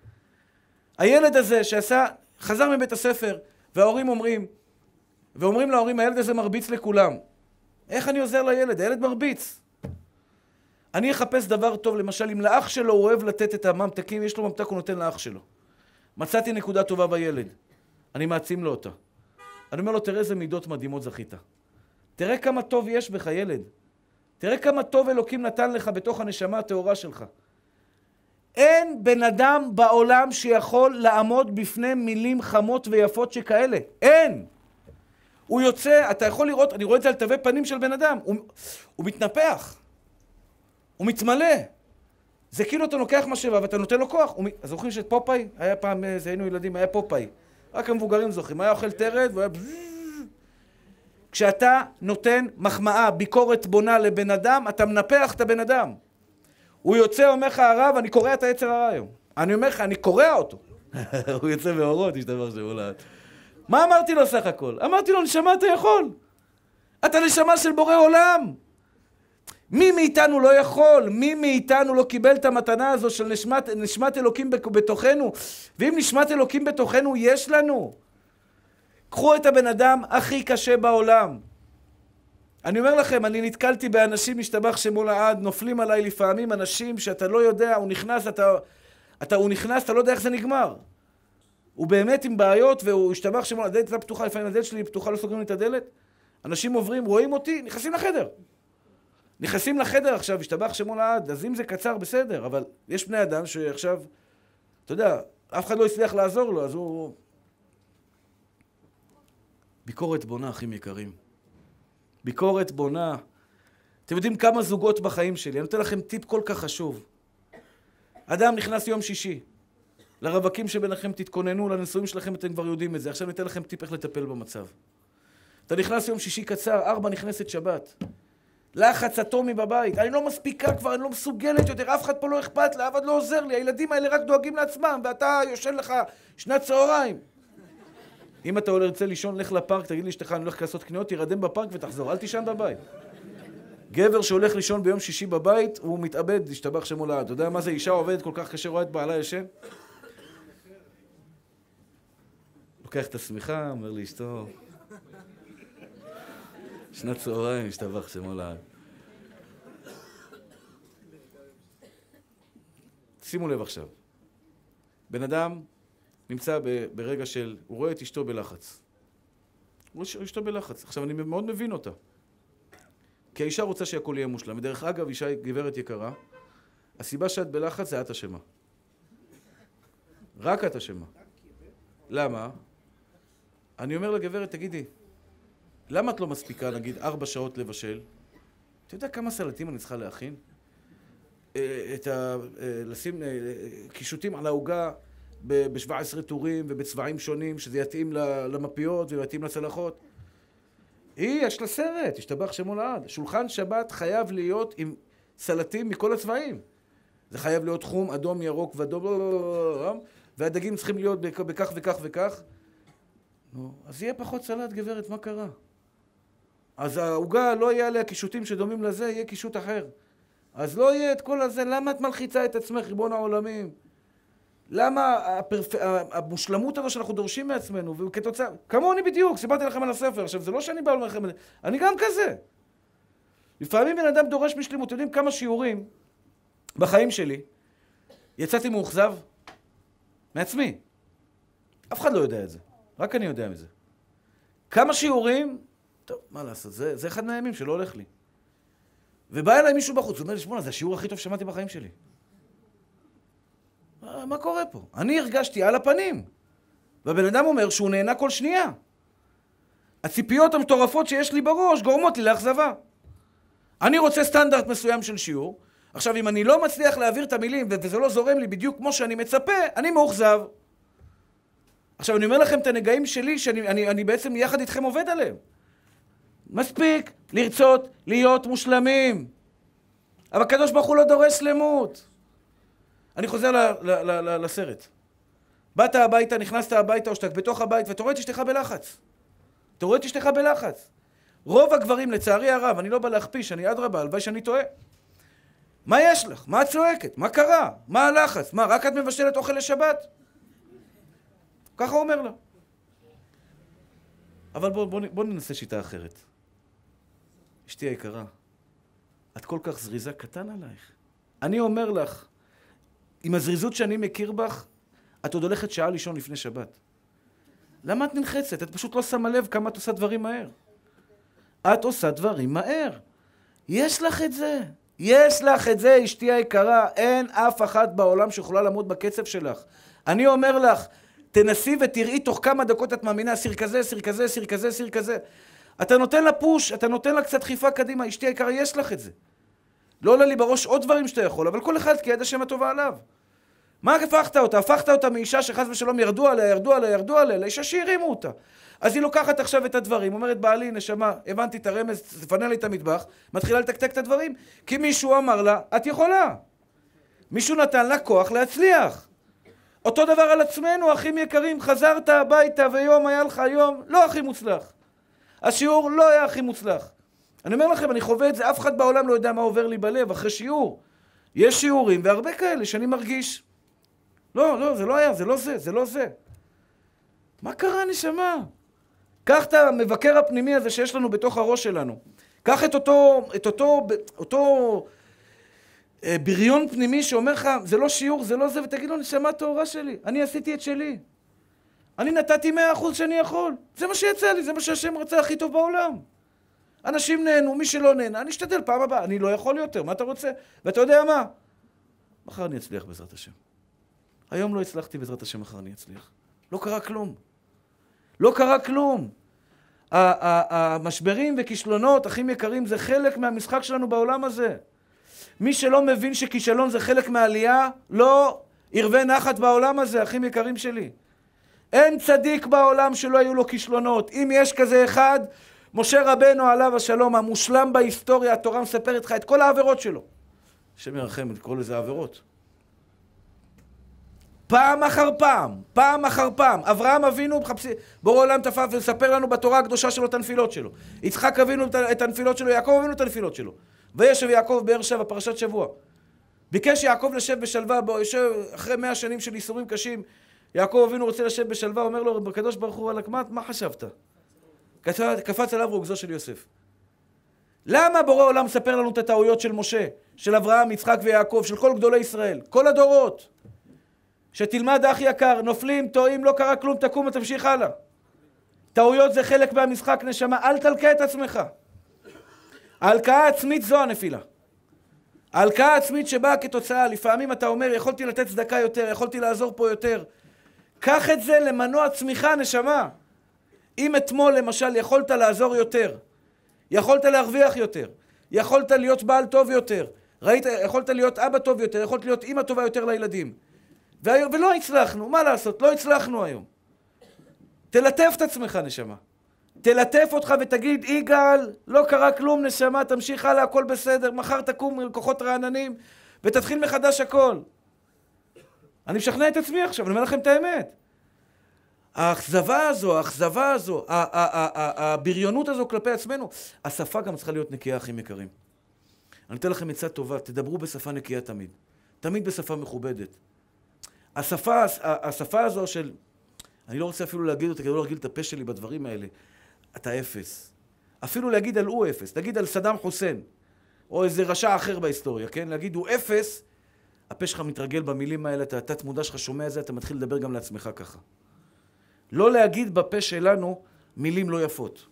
הילד הזה שעשה, חזר מבית הספר, וההורים אומרים, ואומרים להורים, הילד הזה מרביץ לכולם. איך אני עוזר לילד? הילד מרביץ. אני אחפש דבר טוב, למשל, אם לאח שלו הוא אוהב לתת את הממתקים, יש לו ממתק, הוא נותן לאח שלו. מצאתי נקודה טובה בילד. אני מעצים לו אותה. אני אומר לו, תראה איזה מידות מדהימות זכית. תראה כמה טוב יש בך, ילד. תראה כמה טוב אלוקים נתן לך בתוך הנשמה הטהורה שלך. אין בן אדם בעולם שיכול לעמוד בפני מילים חמות ויפות שכאלה. אין! הוא יוצא, אתה יכול לראות, אני רואה את זה על תווי פנים של בן אדם. הוא, הוא מתנפח. הוא מתמלא. זה כאילו אתה לוקח משאבה ואתה נותן לו כוח. הוא... אז זוכרים שאת פופאי? היה פעם, זה היינו ילדים, היה פופאי. רק המבוגרים זוכרים. היה אוכל תרד והוא היה... כשאתה נותן מחמאה, ביקורת בונה לבן אדם, אתה מנפח את הבן אדם. הוא יוצא, אומר לך, הרב, אני קורא את היצר הרע היום. אני אומר לך, אני קורא אותו. הוא יוצא באורות, יש דבר שמולד. מה אמרתי לו סך הכל? אמרתי לו, נשמה, אתה יכול. אתה נשמה של בורא עולם. מי מאיתנו לא יכול? מי מאיתנו לא קיבל את המתנה הזו של נשמת, נשמת אלוקים בתוכנו? ואם נשמת אלוקים בתוכנו, יש לנו. קחו את הבן אדם הכי קשה בעולם. אני אומר לכם, אני נתקלתי באנשים משתבח שמו לעד, נופלים עליי לפעמים אנשים שאתה לא יודע, הוא נכנס, אתה, אתה, הוא נכנס, אתה לא יודע איך זה נגמר. הוא באמת עם בעיות, והוא השתבח שמו לעד, הדלת הייתה פתוחה, לפעמים הדלת שלי פתוחה, לא סוגרים לי את הדלת. אנשים עוברים, רואים אותי, נכנסים לחדר. נכנסים לחדר עכשיו, השתבח שמו לעד, אז אם זה קצר, בסדר, אבל יש בני אדם שעכשיו, אתה יודע, אף אחד לא הצליח לעזור לו, אז הוא... ביקורת בונה, אחים יקרים. ביקורת בונה. אתם יודעים כמה זוגות בחיים שלי, אני נותן לכם טיפ כל כך חשוב. אדם נכנס יום שישי, לרווקים שביניכם תתכוננו, לנישואים שלכם אתם כבר יודעים את זה, עכשיו ניתן לכם טיפ איך לטפל במצב. אתה נכנס יום שישי קצר, ארבע נכנסת שבת. לחץ אטומי בבית, אני לא מספיקה כבר, אני לא מסוגלת יותר, אף אחד פה לא אכפת לה, אף אחד לא עוזר לי, הילדים האלה רק דואגים לעצמם, ואתה יושן לך שנת צהריים. אם אתה רוצה לישון, לך לפארק, תגיד לאשתך, אני הולך לעשות קניות, תירדם בפארק ותחזור, אל תישן בבית. גבר שהולך לישון ביום שישי בבית, הוא מתאבד, השתבח שמו לעד. אתה יודע מה זה? אישה עובדת כל כך קשה, רואה את בעלה ישן? לוקח את השמיכה, אומר לי, אשתו, שנת צהריים, השתבח שמו לעד. שימו לב עכשיו. בן אדם נמצא ברגע של, הוא רואה את אשתו בלחץ. הוא רואה את אשתו בלחץ. עכשיו, אני מאוד מבין אותה. כי האישה רוצה שהכל יהיה מושלם. ודרך אגב, אישה גברת יקרה, הסיבה שאת בלחץ זה את אשמה. רק את אשמה. למה? אני אומר לגברת, תגידי, למה את לא מספיקה, נגיד, ארבע שעות לבשל? אתה יודע כמה סלטים אני צריכה להכין? את ה... לשים קישוטים על העוגה ב-שבע עשרה טורים ובצבעים שונים, שזה יתאים למפיות ויתאים לצלחות. היא, יש לה סרט, השתבח שמו לעד. שולחן שבת חייב להיות עם סלטים מכל הצבעים. זה חייב להיות חום, אדום, ירוק ואדום, והדגים צריכים להיות בכך וכך וכך. נו, אז יהיה פחות סלט, גברת, מה קרה? אז העוגה לא יהיה עליה קישוטים שדומים לזה, יהיה קישוט אחר. אז לא יהיה את כל הזה, למה את מלחיצה את עצמך, ריבון העולמים? למה הפרפ... המושלמות הזו שאנחנו דורשים מעצמנו, וכתוצאה, כמוני בדיוק, סיפרתי לכם על הספר, עכשיו זה לא שאני בא לומר לכם, אני גם כזה. לפעמים בן אדם דורש משלמות, יודעים כמה שיעורים בחיים שלי, יצאתי מאוכזב מעצמי. אף אחד לא יודע את זה, רק אני יודע מזה. כמה שיעורים, טוב, מה לעשות, זה, זה אחד מהימים שלא הולך לי. ובא אליי מישהו בחוץ, הוא אומר לי, שמונה, זה השיעור הכי טוב ששמעתי בחיים שלי. מה, מה קורה פה? אני הרגשתי על הפנים. והבן אדם אומר שהוא נהנה כל שנייה. הציפיות המטורפות שיש לי בראש גורמות לי לאכזבה. אני רוצה סטנדרט מסוים של שיעור. עכשיו, אם אני לא מצליח להעביר את המילים, וזה לא זורם לי בדיוק כמו שאני מצפה, אני מאוכזב. עכשיו, אני אומר לכם את הנגעים שלי, שאני אני, אני בעצם יחד איתכם עובד עליהם. מספיק לרצות להיות מושלמים. אבל הקדוש ברוך הוא לא דורש שלמות. אני חוזר ל, ל, ל, ל, לסרט. באת הביתה, נכנסת הביתה, או שאתה בתוך הבית, ואתה רואה את אשתך בלחץ. אתה רואה את אשתך בלחץ. רוב הגברים, לצערי הרב, אני לא בא להכפיש, אני אדרבה, הלוואי שאני טועה. מה יש לך? מה את צועקת? מה קרה? מה הלחץ? מה, רק את מבשלת אוכל לשבת? ככה הוא אומר לה. אבל בוא, בוא, בוא ננסה שיטה אחרת. אשתי היקרה, את כל כך זריזה קטן עלייך. אני אומר לך, עם הזריזות שאני מכיר בך, את עוד הולכת שעה לישון לפני שבת. למה את נלחצת? את פשוט לא שמה לב כמה את עושה דברים מהר. את עושה דברים מהר. יש לך את זה. יש לך את זה, אשתי היקרה. אין אף אחת בעולם שיכולה לעמוד בקצב שלך. אני אומר לך, תנסי ותראי תוך כמה דקות את מאמינה, סיר כזה, סיר כזה, סיר כזה, סיר כזה. אתה נותן לה פוש, אתה נותן לה קצת דחיפה קדימה, אשתי היקרה, יש לך את זה. לא עולה לי בראש עוד דברים שאתה יכול, אבל כל אחד כי יד השם הטובה עליו. מה הפכת אותה? הפכת אותה מאישה שחס ושלום ירדו עליה, ירדו עליה, ירדו עליה, לאישה שהרימו אותה. אז היא לוקחת עכשיו את הדברים, אומרת, בעלי, נשמה, הבנתי את הרמז, תפנה לי את המטבח, מתחילה לתקתק את הדברים, כי מישהו אמר לה, את יכולה. מישהו נתן לה כוח להצליח. אותו דבר על עצמנו, אחים יקרים, חזרת הביתה ויום היה לך יום לא הכי מוצלח. השיעור לא היה הכי מוצלח. אני אומר לכם, אני חווה את זה, אף אחד בעולם לא יודע מה עובר לי בלב אחרי שיעור. יש שיעורים והרבה כאלה שאני מרגיש. לא, לא, זה לא היה, זה לא זה, זה לא זה. מה קרה, נשמה? קח את המבקר הפנימי הזה שיש לנו בתוך הראש שלנו. קח את אותו, את אותו, אותו אה, בריון פנימי שאומר לך, זה לא שיעור, זה לא זה, ותגיד לו, נשמה תאורה שלי, אני עשיתי את שלי. אני נתתי מאה אחוז שאני יכול. זה מה שיצא לי, זה מה שהשם רצה הכי טוב בעולם. אנשים נהנו, מי שלא נהנה, אני אשתדל פעם הבאה, אני לא יכול יותר, מה אתה רוצה? ואתה יודע מה? מחר אני אצליח בעזרת השם. היום לא הצלחתי בעזרת השם, מחר אני אצליח. לא קרה כלום. לא קרה כלום. המשברים וכישלונות, אחים יקרים, זה חלק מהמשחק שלנו בעולם הזה. מי שלא מבין שכישלון זה חלק מהעלייה, לא ירווה נחת בעולם הזה, אחים יקרים שלי. אין צדיק בעולם שלא היו לו כישלונות. אם יש כזה אחד, משה רבנו עליו השלום, המושלם בהיסטוריה, התורה מספרת לך את כל העבירות שלו. השם ירחם, לקרוא לזה עבירות. פעם אחר פעם, פעם אחר פעם, אברהם אבינו, בורא עולם תפף ולספר לנו בתורה הקדושה שלו את הנפילות שלו. יצחק אבינו את הנפילות שלו, יעקב אבינו את הנפילות שלו. וישב יעקב באר שבע, פרשת שבוע. ביקש יעקב לשב בשלווה, יושב אחרי מאה שנים של איסורים קשים, יעקב אבינו רוצה לשב בשלווה, אומר לו, בקדוש ברוך הוא, מה, מה חשבת? קפץ עליו רוגזו של יוסף. למה בורא עולם מספר לנו את הטעויות של משה, של אברהם, יצחק ויעקב, של כל גדולי ישראל, כל הדורות? שתלמד אח יקר, נופלים, טועים, לא קרה כלום, תקום ותמשיך הלאה. טעויות זה חלק מהמשחק, נשמה, אל תלקה את עצמך. ההלקאה העצמית זו הנפילה. ההלקאה העצמית שבאה כתוצאה, לפעמים אתה אומר, יכולתי לתת צדקה יותר, יכולתי לעזור פה יותר. קח את זה למנוע צמיחה, נשמה. אם אתמול למשל יכולת לעזור יותר, יכולת להרוויח יותר, יכולת להיות בעל טוב יותר, ראית, יכולת להיות אבא טוב יותר, יכולת להיות אמא טובה יותר לילדים. והיום, ולא הצלחנו, מה לעשות? לא הצלחנו היום. תלטף את עצמך, נשמה. תלטף אותך ותגיד, יגאל, לא קרה כלום, נשמה, תמשיך הלאה, הכל בסדר, מחר תקום עם כוחות רעננים, ותתחיל מחדש הכל. אני משכנע את עצמי עכשיו, אני אומר לכם את האמת. האכזבה הזו, האכזבה הזו, הבריונות הזו כלפי עצמנו, השפה גם צריכה להיות נקייה, אחים יקרים. אני אתן לכם עצה טובה, תדברו בשפה נקייה תמיד. תמיד בשפה מכובדת. השפה, השפה הזו של, אני לא רוצה אפילו להגיד אותה, כדי לא להרגיל את הפה שלי בדברים האלה. אתה אפס. אפילו להגיד על הוא אפס, להגיד על סדאם חוסיין, או איזה רשע אחר בהיסטוריה, כן? להגיד הוא אפס, הפה שלך מתרגל במילים האלה, אתה תת מודע שלך שומע זה, אתה מתחיל לדבר גם לעצמך ככה. לא להגיד בפה שלנו מילים לא יפות.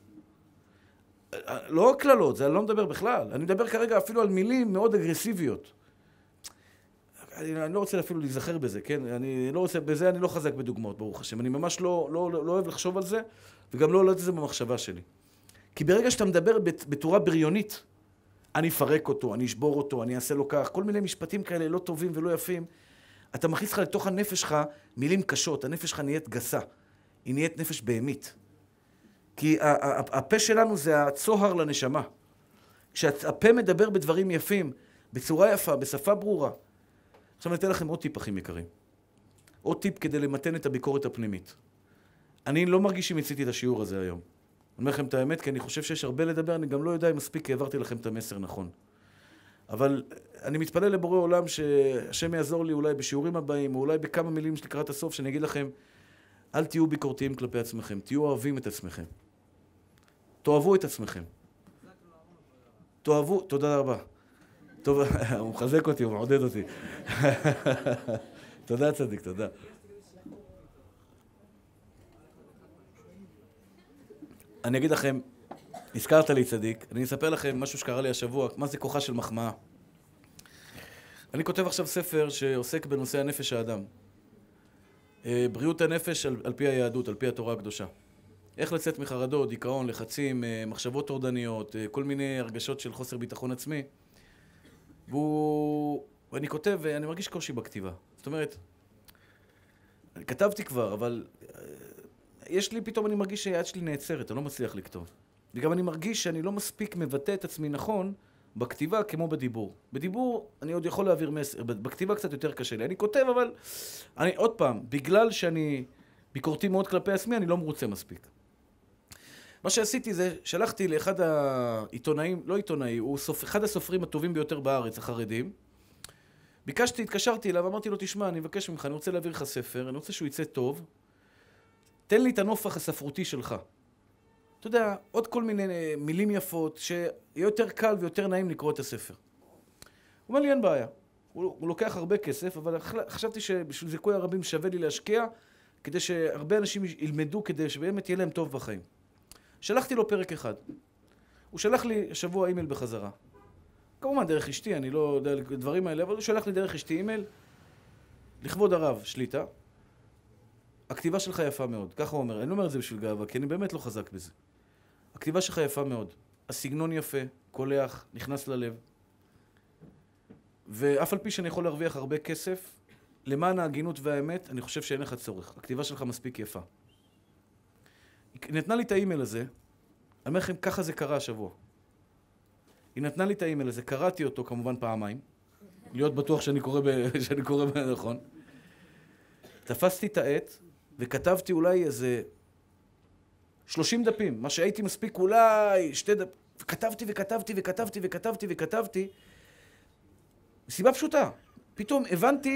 לא כללות, זה אני לא מדבר בכלל. אני מדבר כרגע אפילו על מילים מאוד אגרסיביות. אני, אני לא רוצה אפילו להיזכר בזה, כן? אני לא רוצה, בזה אני לא חזק בדוגמאות, ברוך השם. אני ממש לא, לא, לא, לא אוהב לחשוב על זה, וגם לא עולה את זה במחשבה שלי. כי ברגע שאתה מדבר בתורה בריונית, אני אפרק אותו, אני אשבור אותו, אני אעשה לו כך, כל מיני משפטים כאלה לא טובים ולא יפים, אתה מכניס לך לתוך הנפש שלך מילים קשות, הנפש שלך נהיית גסה, היא נהיית נפש בהמית. כי הפה שלנו זה הצוהר לנשמה. כשהפה מדבר בדברים יפים, בצורה יפה, בשפה ברורה. עכשיו אני אתן לכם עוד טיפ, אחים יקרים. עוד טיפ כדי למתן את הביקורת הפנימית. אני לא מרגיש שמיציתי את השיעור הזה היום. אני אומר לכם את האמת, כי אני חושב שיש הרבה לדבר, אני גם לא יודע אם מספיק כי העברתי לכם את המסר נכון. אבל אני מתפלל לבורא עולם שהשם יעזור לי אולי בשיעורים הבאים, או אולי בכמה מילים לקראת הסוף, שאני אגיד לכם, אל תהיו ביקורתיים כלפי עצמכם, תהיו אוהבים את עצמכם. תאהבו את עצמכם. תאהבו, תודה רבה. טוב, הוא מחזק אותי, הוא מעודד אותי. תודה צדיק, תודה. אני אגיד לכם, הזכרת לי צדיק, אני אספר לכם משהו שקרה לי השבוע, מה זה כוחה של מחמאה. אני כותב עכשיו ספר שעוסק בנושא הנפש האדם. בריאות הנפש על, על פי היהדות, על פי התורה הקדושה. איך לצאת מחרדות, דיכאון, לחצים, מחשבות טורדניות, כל מיני הרגשות של חוסר ביטחון עצמי. והוא... ואני כותב ואני מרגיש קושי בכתיבה. זאת אומרת, כתבתי כבר, אבל יש לי, פתאום אני מרגיש שהיד שלי נעצרת, אני לא מצליח לכתוב. וגם אני מרגיש שאני לא מספיק מבטא את עצמי נכון בכתיבה כמו בדיבור. בדיבור אני עוד יכול להעביר מסר, בכתיבה קצת יותר קשה לי. אני כותב, אבל אני עוד פעם, בגלל שאני ביקורתי מאוד כלפי עצמי, אני לא מרוצה מספיק. מה שעשיתי זה, שלחתי לאחד העיתונאים, לא עיתונאי, הוא סופ... אחד הסופרים הטובים ביותר בארץ, החרדים. ביקשתי, התקשרתי אליו, אמרתי לו, תשמע, אני מבקש ממך, אני רוצה להעביר לך ספר, אני רוצה שהוא יצא טוב. תן לי את הנופח הספרותי שלך. אתה יודע, עוד כל מיני מילים יפות, שיהיה יותר קל ויותר נעים לקרוא את הספר. הוא אומר לי, אין בעיה. הוא, הוא לוקח הרבה כסף, אבל חשבתי שבשביל זיכוי הרבים שווה לי להשקיע, כדי שהרבה אנשים ילמדו, כדי שבאמת יהיה להם טוב בחיים. שלחתי לו פרק אחד. הוא שלח לי שבוע אימייל בחזרה. כמובן דרך אשתי, אני לא יודע דברים האלה, אבל הוא שלח לי דרך אשתי אימייל, לכבוד הרב, שליטה. הכתיבה שלך יפה מאוד, ככה הוא אומר. אני לא אומר את זה בשביל גאווה, כי אני באמת לא חזק בזה. הכתיבה שלך יפה מאוד. הסגנון יפה, קולח, נכנס ללב. ואף על פי שאני יכול להרוויח הרבה כסף, למען ההגינות והאמת, אני חושב שאין לך צורך. הכתיבה שלך מספיק יפה. היא נתנה לי את האימייל הזה, אני אומר לכם, ככה זה קרה השבוע. היא נתנה לי את האימייל הזה, קראתי אותו כמובן פעמיים, להיות בטוח שאני קורא, ב... שאני קורא בנכון. תפסתי את העט וכתבתי אולי איזה שלושים דפים, מה שהייתי מספיק אולי שתי דפים, וכתבתי וכתבתי וכתבתי וכתבתי וכתבתי, מסיבה פשוטה. פתאום הבנתי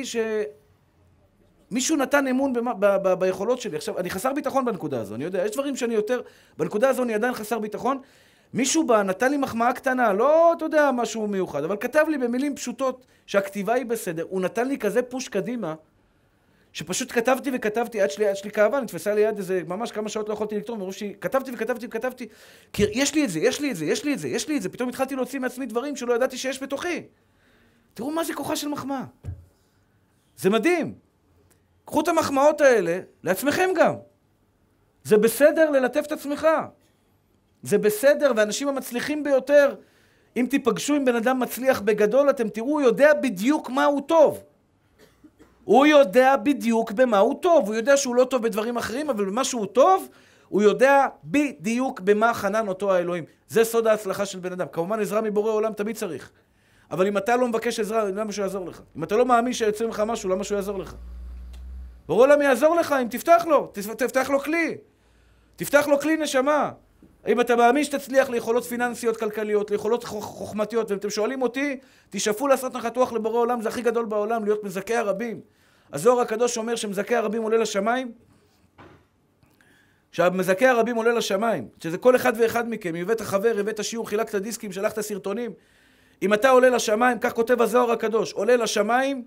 שמישהו נתן אמון במה, ב- ב- ביכולות שלי. עכשיו, אני חסר ביטחון בנקודה הזו, אני יודע, יש דברים שאני יותר, בנקודה הזו אני עדיין חסר ביטחון. מישהו בא, נתן לי מחמאה קטנה, לא, אתה יודע, משהו מיוחד, אבל כתב לי במילים פשוטות שהכתיבה היא בסדר, הוא נתן לי כזה פוש קדימה, שפשוט כתבתי וכתבתי, עד שלי, עד שלי כאבה, נתפסה לי יד איזה, ממש כמה שעות לא יכולתי לכתוב, מרוב שכתבתי וכתבתי וכתבתי, כי יש לי את זה, יש לי את זה, יש לי את זה, יש לי את זה, פתאום התחלתי להוציא מעצמי דברים שלא ידעתי שיש בתוכי. תראו מה זה כוחה של מחמאה. זה מדהים. קחו את המחמאות האלה לעצמכם גם. זה בסדר ללטף את עצמך. זה בסדר, ואנשים המצליחים ביותר, אם תיפגשו עם בן אדם מצליח בגדול, אתם תראו, הוא יודע בדיוק מה הוא טוב. הוא יודע בדיוק במה הוא טוב. הוא יודע שהוא לא טוב בדברים אחרים, אבל במה שהוא טוב, הוא יודע בדיוק במה חנן אותו האלוהים. זה סוד ההצלחה של בן אדם. כמובן, עזרה מבורא עולם תמיד צריך. אבל אם אתה לא מבקש עזרה, למה שהוא יעזור לך? אם אתה לא מאמין שיוצא ממך משהו, למה שהוא יעזור לך? בורא עולם יעזור לך אם תפתח לו, תפתח לו כלי. תפתח לו כלי נשמה. אם אתה מאמין שתצליח ליכולות פיננסיות, כלכליות, ליכולות חוכמתיות, ואם אתם שואלים אותי, תשאפו לעשות נחתוח לבורא עולם, זה הכי גדול בעולם, להיות מזכה הרבים. הזוהר הקדוש אומר שמזכה הרבים עולה לשמיים, שהמזכה הרבים עולה לשמיים, שזה כל אחד ואחד מכם, אם הבאת חבר, הבאת שיעור, חילקת דיסקים, שלחת סרטונים, אם אתה עולה לשמיים, כך כותב הזוהר הקדוש, עולה לשמיים,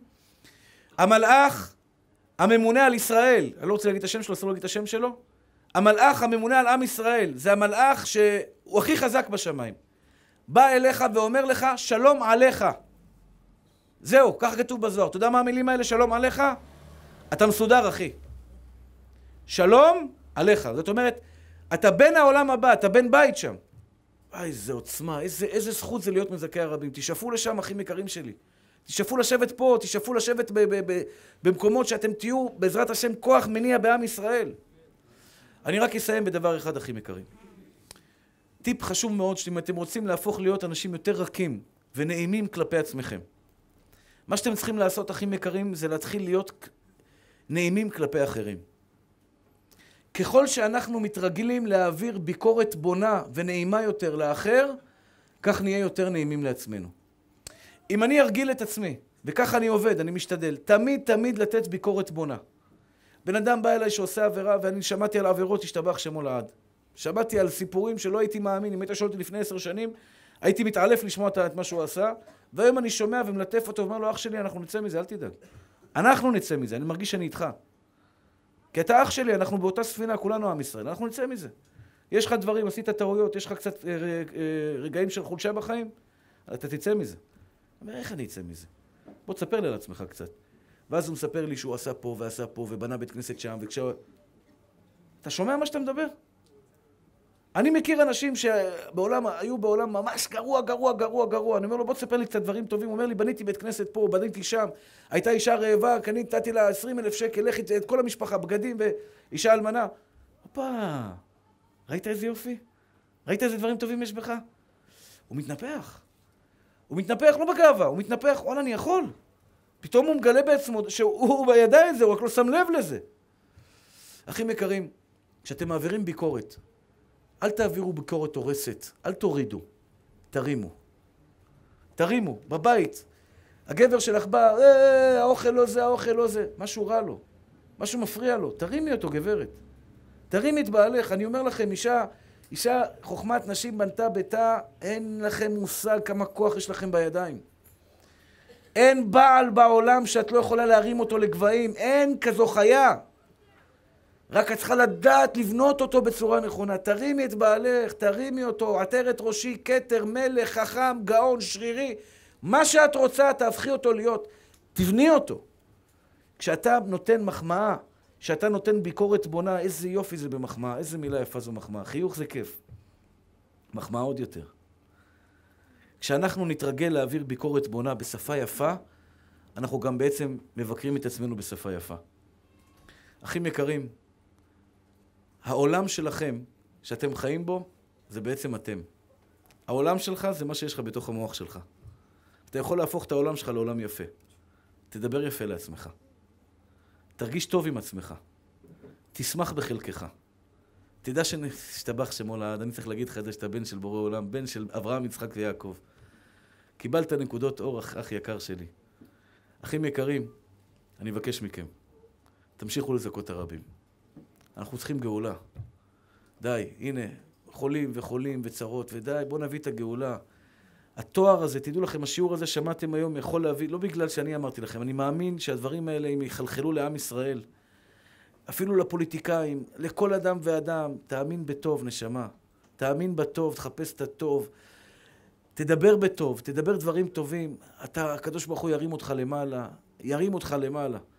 המלאך הממונה על ישראל, אני לא רוצה להגיד את השם שלו, אסור להגיד את השם שלו, המלאך הממונה על עם ישראל, זה המלאך שהוא הכי חזק בשמיים. בא אליך ואומר לך, שלום עליך. זהו, כך כתוב בזוהר. אתה יודע מה המילים האלה, שלום עליך? אתה מסודר, אחי. שלום עליך. זאת אומרת, אתה בן העולם הבא, אתה בן בית שם. איזה עוצמה, איזה, איזה זכות זה להיות מזכה הרבים. תשאפו לשם, אחים יקרים שלי. תשאפו לשבת פה, תשאפו לשבת ב- ב- ב- במקומות שאתם תהיו, בעזרת השם, כוח מניע בעם ישראל. אני רק אסיים בדבר אחד, אחים יקרים. טיפ חשוב מאוד, שאם אתם רוצים להפוך להיות אנשים יותר רכים ונעימים כלפי עצמכם. מה שאתם צריכים לעשות, אחים יקרים, זה להתחיל להיות נעימים כלפי אחרים. ככל שאנחנו מתרגלים להעביר ביקורת בונה ונעימה יותר לאחר, כך נהיה יותר נעימים לעצמנו. אם אני ארגיל את עצמי, וכך אני עובד, אני משתדל, תמיד תמיד לתת ביקורת בונה. בן אדם בא אליי שעושה עבירה, ואני שמעתי על עבירות, השתבח שמו לעד. שמעתי על סיפורים שלא הייתי מאמין, אם היית שואל אותי לפני עשר שנים, הייתי מתעלף לשמוע את מה שהוא עשה, והיום אני שומע ומלטף אותו, ואומר לו, אח שלי, אנחנו נצא מזה, אל תדאג. אנחנו נצא מזה, אני מרגיש שאני איתך. כי אתה אח שלי, אנחנו באותה ספינה, כולנו עם ישראל, אנחנו נצא מזה. יש לך דברים, עשית טעויות, יש לך קצת רגעים של חולשה בחיים, אתה תצא מזה. אני אומר, איך אני אצא מזה? בוא תספר לי על עצמך קצת. ואז הוא מספר לי שהוא עשה פה ועשה פה, ובנה בית כנסת שם, וכשה... אתה שומע מה שאתה מדבר? אני מכיר אנשים שבעולם, היו בעולם ממש גרוע, גרוע, גרוע, גרוע. אני אומר לו, בוא תספר לי קצת דברים טובים. הוא אומר לי, בניתי בית כנסת פה, בניתי שם. הייתה אישה רעבה, קניתי, נתתי לה עשרים אלף שקל, לכי את כל המשפחה, בגדים ואישה אלמנה. הופה, ראית איזה יופי? ראית איזה דברים טובים יש בך? הוא מתנפח. הוא מתנפח לא בגאווה, הוא מתנפח, וואלה, אני יכול. פתאום הוא מגלה בעצמו שהוא ידע את זה, הוא רק לא שם לב לזה. אחים יקרים, כשאתם מעבירים ביקורת, אל תעבירו ביקורת הורסת, אל תורידו, תרימו. תרימו, בבית. הגבר שלך בא, אה, האוכל לא זה, האוכל לא זה. משהו רע לו, משהו מפריע לו. תרימי אותו, גברת. תרימי את בעלך. אני אומר לכם, אישה, אישה חוכמת נשים בנתה ביתה, אין לכם מושג כמה כוח יש לכם בידיים. אין בעל בעולם שאת לא יכולה להרים אותו לגבהים, אין כזו חיה. רק את צריכה לדעת לבנות אותו בצורה נכונה. תרימי את בעלך, תרימי אותו, עטרת ראשי, כתר, מלך, חכם, גאון, שרירי. מה שאת רוצה, תהפכי אותו להיות. תבני אותו. כשאתה נותן מחמאה, כשאתה נותן ביקורת בונה, איזה יופי זה במחמאה, איזה מילה יפה זו מחמאה. חיוך זה כיף. מחמאה עוד יותר. כשאנחנו נתרגל להעביר ביקורת בונה בשפה יפה, אנחנו גם בעצם מבקרים את עצמנו בשפה יפה. אחים יקרים, העולם שלכם, שאתם חיים בו, זה בעצם אתם. העולם שלך זה מה שיש לך בתוך המוח שלך. אתה יכול להפוך את העולם שלך לעולם יפה. תדבר יפה לעצמך. תרגיש טוב עם עצמך. תשמח בחלקך. תדע שנשתבח שמו לעד. אני צריך להגיד לך את זה שאתה בן של בורא עולם, בן של אברהם, יצחק ויעקב. קיבלת נקודות אור, אח, אח יקר שלי. אחים יקרים, אני מבקש מכם. תמשיכו לזכות הרבים. אנחנו צריכים גאולה. די, הנה, חולים וחולים וצרות, ודי, בוא נביא את הגאולה. התואר הזה, תדעו לכם, השיעור הזה שמעתם היום יכול להביא, לא בגלל שאני אמרתי לכם, אני מאמין שהדברים האלה הם יחלחלו לעם ישראל, אפילו לפוליטיקאים, לכל אדם ואדם, תאמין בטוב, נשמה. תאמין בטוב, תחפש את הטוב, תדבר בטוב, תדבר דברים טובים, אתה, הקדוש ברוך הוא ירים אותך למעלה, ירים אותך למעלה.